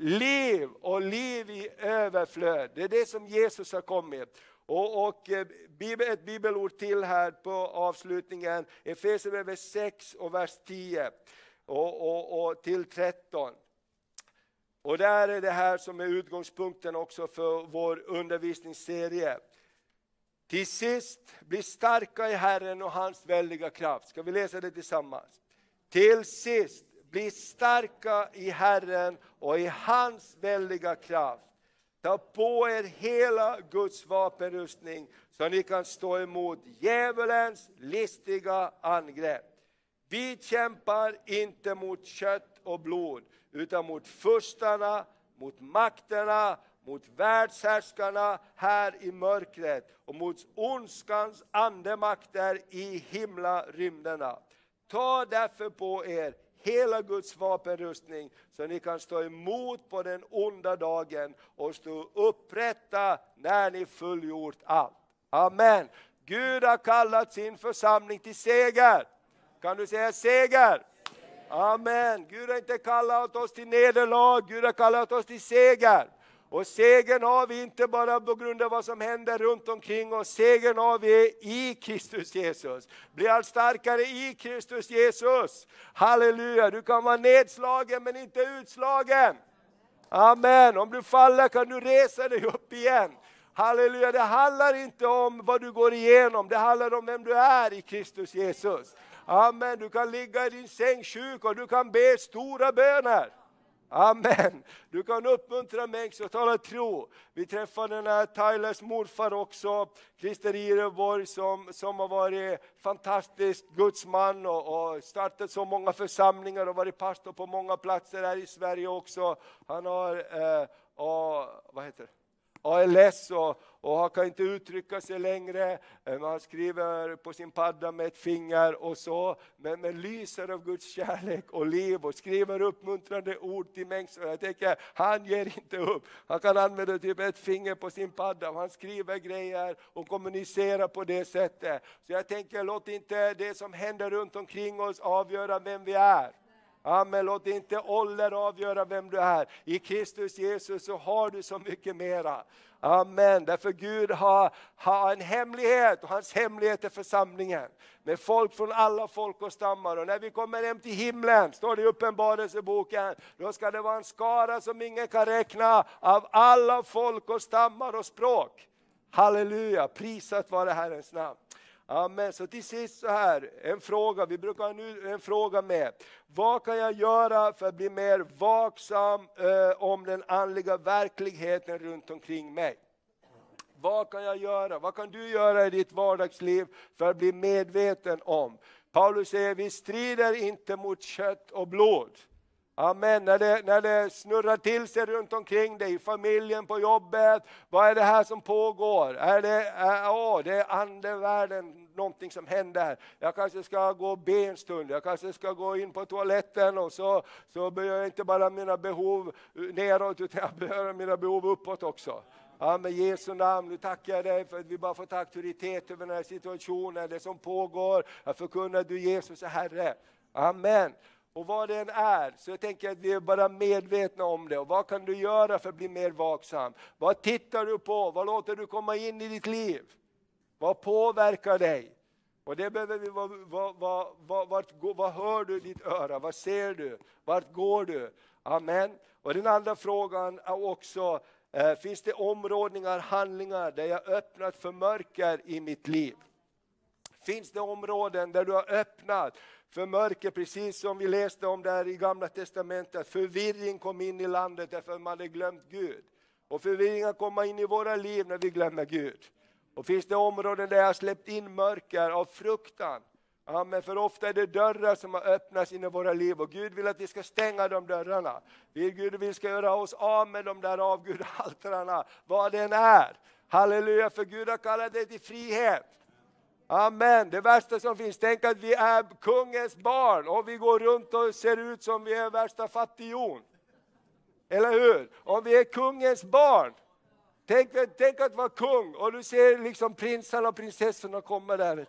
Speaker 1: liv och liv i överflöd. Det är det som Jesus har kommit. Och ett bibelord till här på avslutningen. Efesierbrevet 6 och vers 10 och till 13. Och där är det här som är utgångspunkten också för vår undervisningsserie. Till sist, bli starka i Herren och hans väldiga kraft. Ska vi läsa det tillsammans? Till sist, bli starka i Herren och i hans väldiga kraft. Ta på er hela Guds vapenrustning så ni kan stå emot djävulens listiga angrepp. Vi kämpar inte mot kött och blod, utan mot furstarna, mot makterna, mot världshärskarna här i mörkret och mot ondskans andemakter i himlarymderna. Ta därför på er hela Guds vapenrustning så ni kan stå emot på den onda dagen och stå upprätta när ni fullgjort allt. Amen. Gud har kallat sin församling till seger. Kan du säga seger? Amen. Gud har inte kallat oss till nederlag, Gud har kallat oss till seger. Och segern har vi inte bara på grund av vad som händer runt omkring oss. Segern har vi i Kristus Jesus. Bli allt starkare i Kristus Jesus. Halleluja. Du kan vara nedslagen men inte utslagen. Amen. Om du faller kan du resa dig upp igen. Halleluja. Det handlar inte om vad du går igenom. Det handlar om vem du är i Kristus Jesus. Amen. Du kan ligga i din säng sjuk och du kan be stora böner. Amen. Du kan uppmuntra människor och tala tro. Vi träffade den här Tylers morfar också, Christer Ireborg, som har varit fantastisk gudsman och startat så många församlingar och varit pastor på många platser här i Sverige också. Han har ALS och han kan inte uttrycka sig längre. Han skriver på sin padda med ett finger och så. Men lyser av Guds kärlek och liv och skriver uppmuntrande ord till människor. Jag tänker, han ger inte upp. Han kan använda typ ett finger på sin padda. Han skriver grejer och kommunicerar på det sättet. Så jag tänker, låt inte det som händer runt omkring oss avgöra vem vi är. Amen, låt inte ålder avgöra vem du är. I Kristus Jesus så har du så mycket mera. Amen, därför Gud har en hemlighet och hans hemlighet är församlingen. Med folk från alla folk och stammar. Och när vi kommer hem till himlen, står det i Uppenbarelseboken, då ska det vara en skara som ingen kan räkna av alla folk och stammar och språk. Halleluja, prisat vare Herrens namn. Amen. Så till sist så här, en fråga, vi brukar ha nu en fråga med. Vad kan jag göra för att bli mer vaksam om den andliga verkligheten runt omkring mig? Vad kan jag göra? Vad kan du göra i ditt vardagsliv för att bli medveten om? Paulus säger, vi strider inte mot kött och blod. Amen. När det snurrar till sig runt omkring dig, i familjen, på jobbet. Vad är det här som pågår? Det är andevärlden, någonting som händer. Jag kanske ska gå och be en stund. Jag kanske ska gå in på toaletten och så behöver jag inte bara mina behov neråt, utan jag behöver mina behov uppåt också. Amen, Jesu namn, nu tackar jag dig för att vi bara får ta auktoritet över den här situationen, det som pågår. Jag förkunnar du Jesus är Herre. Amen. Och vad det än är, så jag tänker att vi är bara medvetna om det. Och vad kan du göra för att bli mer vaksam? Vad tittar du på? Vad låter du komma in i ditt liv? Vad påverkar dig? Och det behöver vi, vad hör du i ditt öra? Vad ser du? Vart går du? Amen. Och den andra frågan är också, finns det områden, handlingar där jag öppnat för mörker i mitt liv? Finns det områden där du har öppnat för mörker, precis som vi läste om där i Gamla testamentet? Förvirring kom in i landet därför att man hade glömt Gud. Och förvirringen kommer in i våra liv när vi glömmer Gud. Och finns det områden där jag har släppt in mörker av fruktan? Ja, men för ofta är det dörrar som har öppnats in i våra liv. Och Gud vill att vi ska stänga de dörrarna. Gud vill ska göra oss av med de där avgudaltarna. Vad den är. Halleluja, för Gud har kallat det till frihet. Amen, det värsta som finns, tänk att vi är kungens barn och vi går runt och ser ut som vi är värsta fattighjon. Eller hur? Om vi är kungens barn, tänk att vara kung och du ser liksom prinsarna och prinsessorna komma där.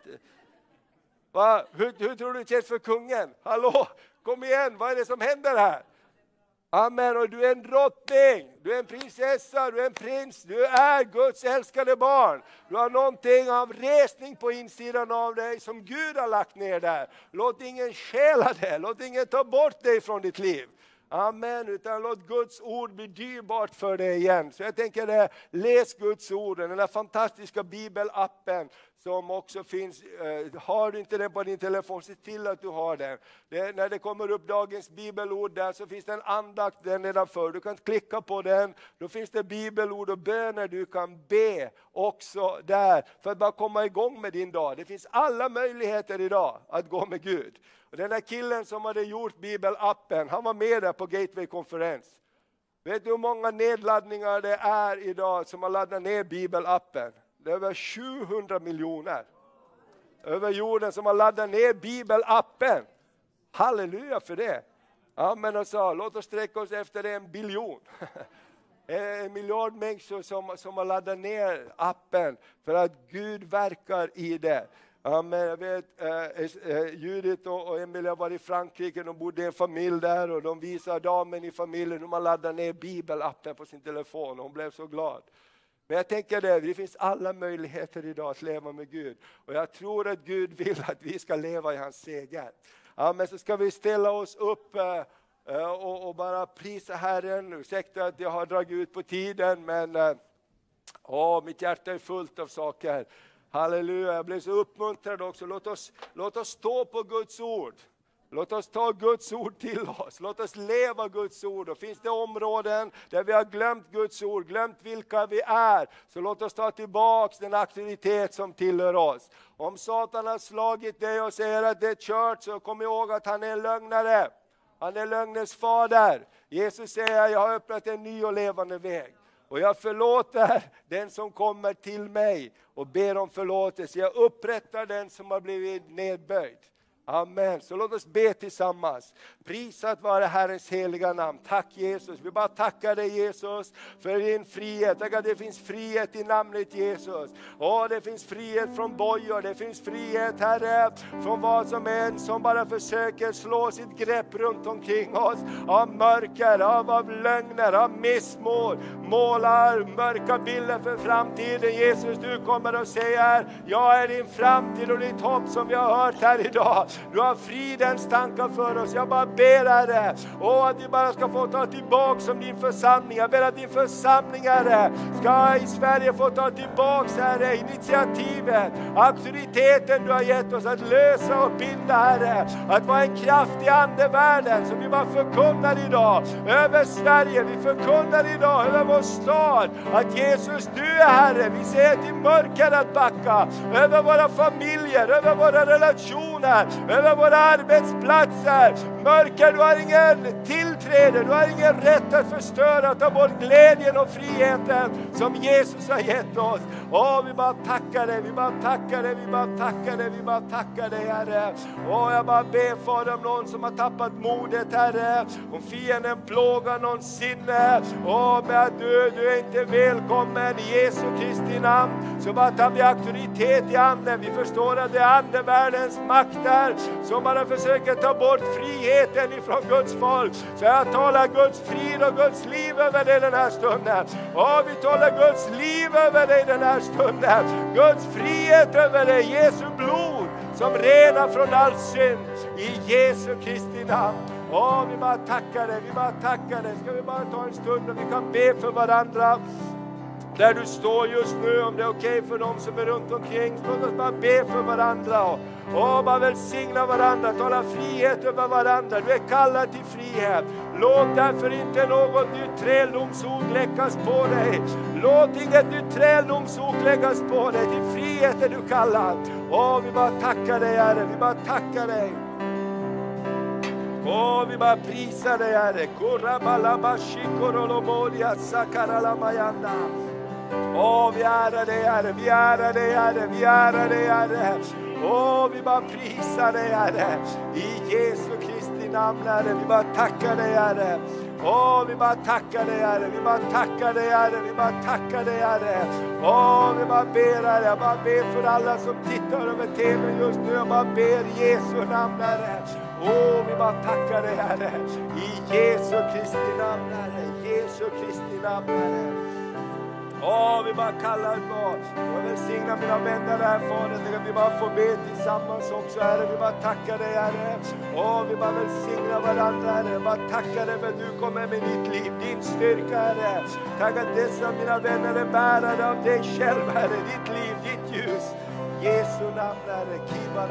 Speaker 1: Va? Hur tror du det känns för kungen? Hallå, kom igen, vad är det som händer här? Amen, och du är en drottning, du är en prinsessa, du är en prins, du är Guds älskade barn. Du har någonting av resning på insidan av dig som Gud har lagt ner där. Låt ingen stjäla det, låt ingen ta bort dig från ditt liv. Amen, utan låt Guds ord bli dyrbart för dig igen. Så jag tänker läs Guds ord, den där fantastiska bibelappen som också finns. Har du inte den på din telefon, se till att du har den. När det kommer upp dagens bibelord där så finns det en andakt den nedanför. Du kan klicka på den, då finns det bibelord och böner du kan be också där. För att bara komma igång med din dag. Det finns alla möjligheter idag att gå med Gud. Och den där killen som hade gjort bibelappen, han var med där på Gateway-konferens. Vet du hur många nedladdningar det är idag som har laddat ner bibelappen? Det är över 700 miljoner. Över jorden som har laddat ner bibelappen. Halleluja för det. Amen och så, låt oss sträcka oss efter 1 biljon. 1 miljard människor som har laddat ner appen för att Gud verkar i det. Amen. Jag vet, Judith och Emilia var i Frankrike, de bodde i en familj där och de visade damen i familjen hur man laddar ner bibelappen på sin telefon och hon blev så glad. Men jag tänker det finns alla möjligheter idag att leva med Gud. Och jag tror att Gud vill att vi ska leva i hans seger. Amen, så ska vi ställa oss upp och bara prisa Herren. Ursäkta att jag har dragit ut på tiden, men mitt hjärta är fullt av saker. Halleluja, jag blev så uppmuntrad också. Låt oss stå på Guds ord. Låt oss ta Guds ord till oss. Låt oss leva Guds ord. Och finns det områden där vi har glömt Guds ord, glömt vilka vi är, så låt oss ta tillbaks den auktoritet som tillhör oss. Om Satan har slagit dig och säger att det är kört, så kom ihåg att han är en lögnare. Han är lögnens fader. Jesus säger, jag har öppnat en ny och levande väg. Och jag förlåter den som kommer till mig och ber om förlåtelse. Jag upprättar den som har blivit nedböjd. Amen. Så låt oss be tillsammans. Prisat vare Herrens heliga namn. Tack Jesus. Vi bara tackar dig Jesus för din frihet. Tack att det finns frihet i namnet Jesus. Det finns frihet från bojor. Det finns frihet Herre från vad som än som bara försöker slå sitt grepp runt omkring oss. Av mörker, av lögner, av missmål. Målar mörka bilder för framtiden. Jesus, du kommer och säger, jag är din framtid och ditt hopp som vi har hört här idag. Du har fridens tankar för oss. Jag bara ber Herre. Att vi bara ska få ta tillbaka som din församling. Jag ber att din församling Herre ska i Sverige få ta tillbaka Herre initiativet. Auktoriteten du har gett oss att lösa och binda Herre. Att vara en kraft i andevärlden som vi bara förkunnar idag. Över Sverige. Vi förkunnar idag över vår stad. Att Jesus du är Herre. Vi säger till mörker att backa. Över våra familjer. Över våra relationer. Över våra arbetsplatser. Mörker, du har ingen tillträde. Du har ingen rätt att förstöra. Ta bort glädjen och friheten som Jesus har gett oss. Vi bara tackar dig. Vi bara tackar dig. Vi bara tackar dig. Vi bara tackar dig Herre. Jag bara ber för om någon som har tappat modet Herre. Om fienden plågar någon sinne. Med att du är inte välkommen i Jesu Kristi namn. Så bara tar vi auktoritet i anden. Vi förstår att det är andevärldens makter som bara försöker ta bort friheten ifrån Guds folk. Så jag talar Guds frid och Guds liv över dig den här stunden. Vi talar Guds liv över dig den här stunden. Guds frihet över dig. Jesu blod som renar från all synd. I Jesu Kristi namn. Vi bara tackar dig. Vi bara tackar dig. Ska vi bara ta en stund och vi kan be för varandra. Där du står just nu, om det är okej för dem som är runt omkring. Låt oss bara be för varandra. Bara välsigna varandra. Tala frihet över varandra. Du är kallad till frihet. Låt därför inte något nytt träldomsord läggas på dig. Låt inget nytt träldomsord läggas på dig. Till frihet är du kallad. Vi bara tackar dig Herre. Vi bara tackar dig. Vi bara prisar dig Herre. Korabalabashikorolomodia sakaralamayanda. Vi ärar dig Herre, vi ärar dig Herre, vi ärar dig Herre. Vi bara prisar dig Herre. I Jesu Kristi namn Herre, vi bara tackar dig Herre. Vi bara tackar dig Herre, vi bara tackar dig Herre, vi bara tackar dig Herre. Vi bara ber Herre, jag bara ber för alla som tittar över tv just nu. Jag bara ber i Jesu namn Herre. Vi bara tackar dig Herre. I Jesu Kristi namn Herre, Jesu Kristi namn Herre. Vi bara kallar på. Jag vill signa mina vänner här Fader. Att vi bara får be tillsammans också Herre. Vi bara tackar dig Herre. Vi bara vill signa varandra Herre. Jag bara tackar dig för att du kommer med ditt liv. Din styrka Herre. Tack att dessa mina vänner är bärare av dig själv Herre. Ditt liv, ditt ljus. Jesu namn Herre.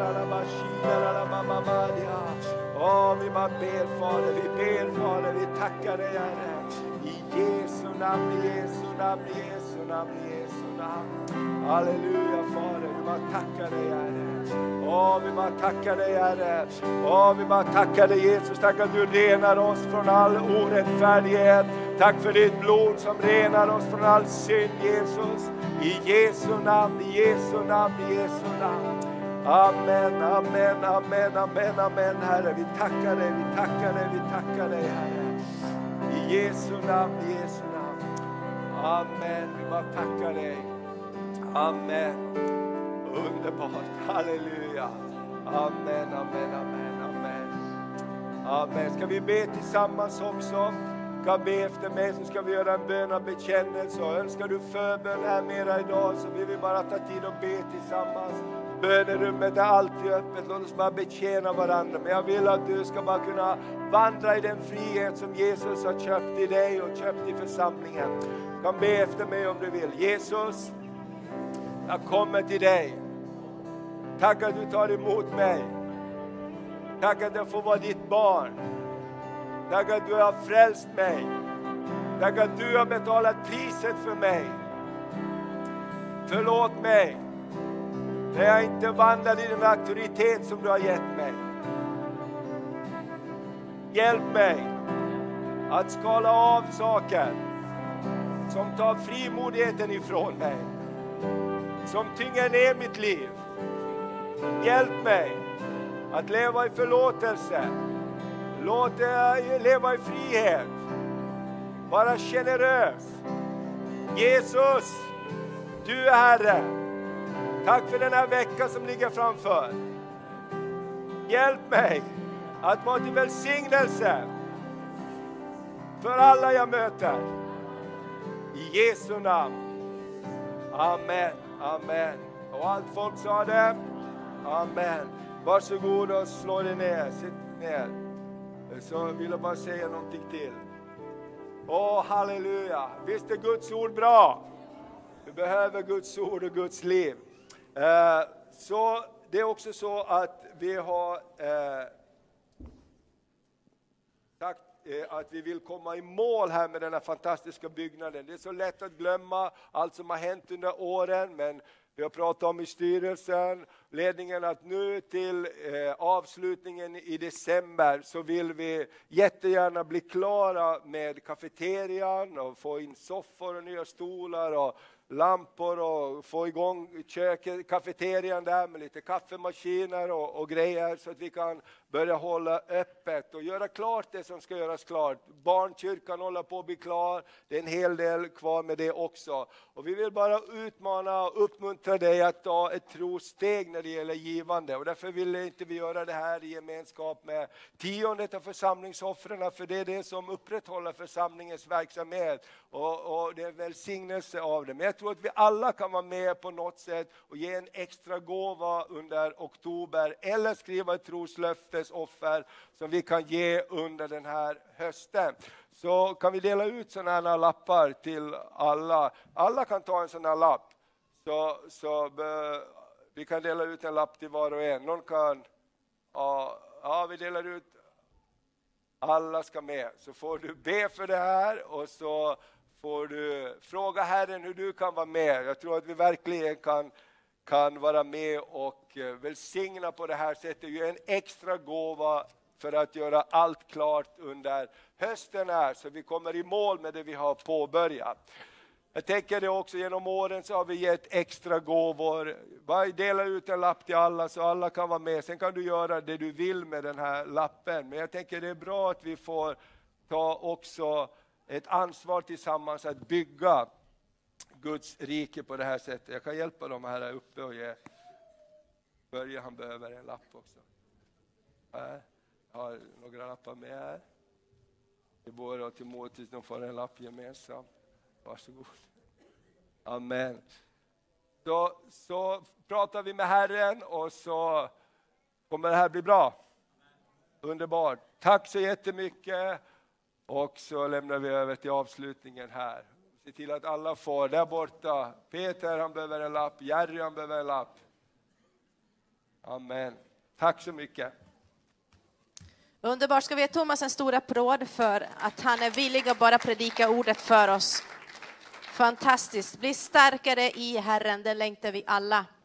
Speaker 1: Kibaralabashidaralamamadia. Vi bara ber Fader. Vi ber Fader. Vi tackar dig Herre. I Jesu namn, i Jesu namn, i Jesu namn, i Jesu namn. Halleluja Fader, vi bara tackar dig Herre. Vi bara tackar dig Herre. Vi bara tackar dig Jesus. Tack att du renar oss från all orättfärdighet. Tack för ditt blod som renar oss från all synd Jesus. I Jesu namn, i Jesu namn, i Jesu namn. Amen, amen, amen, amen, amen Herre. Vi tackar dig, vi tackar dig, vi tackar dig Herre. I Jesu namn, i Jesu namn. Amen, vi bara tackar dig. Amen. Underbart, halleluja. Amen, amen, amen, amen. Amen. Ska vi be tillsammans också? Kan be efter mig så ska vi göra en bön av bekännelse. Och önskar du förbön här mera idag så vill vi bara ta tid och be tillsammans. Bönerummet är alltid öppet. Låt oss bara betjäna varandra. Men jag vill att du ska bara kunna vandra i den frihet som Jesus har köpt i dig och köpt i församlingen. Du kan be efter mig om du vill. Jesus, jag kommer till dig. Tack att du tar emot mig. Tack att jag får vara ditt barn. Tack att du har frälst mig. Tack att du har betalat priset för mig. Förlåt mig. När jag inte vandrar i den auktoritet som du har gett mig. Hjälp mig att skala av saker som tar frimodigheten ifrån mig, som tynger ner mitt liv. Hjälp mig att leva i förlåtelse. Låt dig leva i frihet. Vara generös. Jesus, du är Herre. Tack för den här veckan som ligger framför. Hjälp mig att vara till välsignelse för alla jag möter. I Jesu namn. Amen. Amen. Och allt folk sa det. Amen. Varsågod och slå dig ner. Sitt ner. Så vill jag bara säga någonting till. Halleluja. Visst är Guds ord bra? Vi behöver Guds ord och Guds liv. Så det är också så att vi har sagt att vi vill komma i mål här med den här fantastiska byggnaden. Det är så lätt att glömma allt som har hänt under åren, men vi har pratat om i styrelsen, ledningen, att nu till avslutningen i december så vill vi jättegärna bli klara med kafeterian och få in soffor och nya stolar och lampor och få igång köket, kafeterian där med lite kaffemaskiner och grejer så att vi kan börja hålla öppet och göra klart det som ska göras klart. Barnkyrkan håller på att bli klar, det är en hel del kvar med det också. Och vi vill bara utmana och uppmuntra dig att ta ett trosteg när det gäller givande. Och därför vill inte vi göra det här i gemenskap med 10:e av församlingsoffren, för det är det som upprätthåller församlingens verksamhet. Och det är välsignelse av det. Men jag tror att vi alla kan vara med på något sätt och ge en extra gåva under oktober eller skriva ett troslöftesoffer som vi kan ge under den här hösten. Så kan vi dela ut sådana här lappar till alla. Alla kan ta en sån här lapp. Så vi kan dela ut en lapp till var och en. Någon kan, vi delar ut. Alla ska med. Så får du be för det här och så får du fråga Herren hur du kan vara med. Jag tror att vi verkligen kan vara med och välsigna på det här sättet. Ge en extra gåva för att göra allt klart under hösten här. Så vi kommer i mål med det vi har påbörjat. Jag tänker det också, genom åren så har vi gett extra gåvor. Bara dela ut en lapp till alla så alla kan vara med. Sen kan du göra det du vill med den här lappen. Men jag tänker det är bra att vi får ta också ett ansvar tillsammans att bygga Guds rike på det här sättet. Jag kan hjälpa dem här uppe och ge. Börje, han behöver en lapp också. Jag har några lappar med här. Deborah och Timoteus, de får en lapp gemensamt. Varsågod. Amen. Så pratar vi med Herren och så kommer det här bli bra. Underbart. Tack så jättemycket. Och så lämnar vi över till avslutningen här. Se till att alla får där borta. Peter, han behöver en lapp. Jerry, han behöver en lapp. Amen. Tack så mycket.
Speaker 2: Underbart. Ska vi ge Thomas en stor applåd för att han är villig att bara predika ordet för oss. Fantastiskt. Bli starkare i Herren, det längtar vi alla.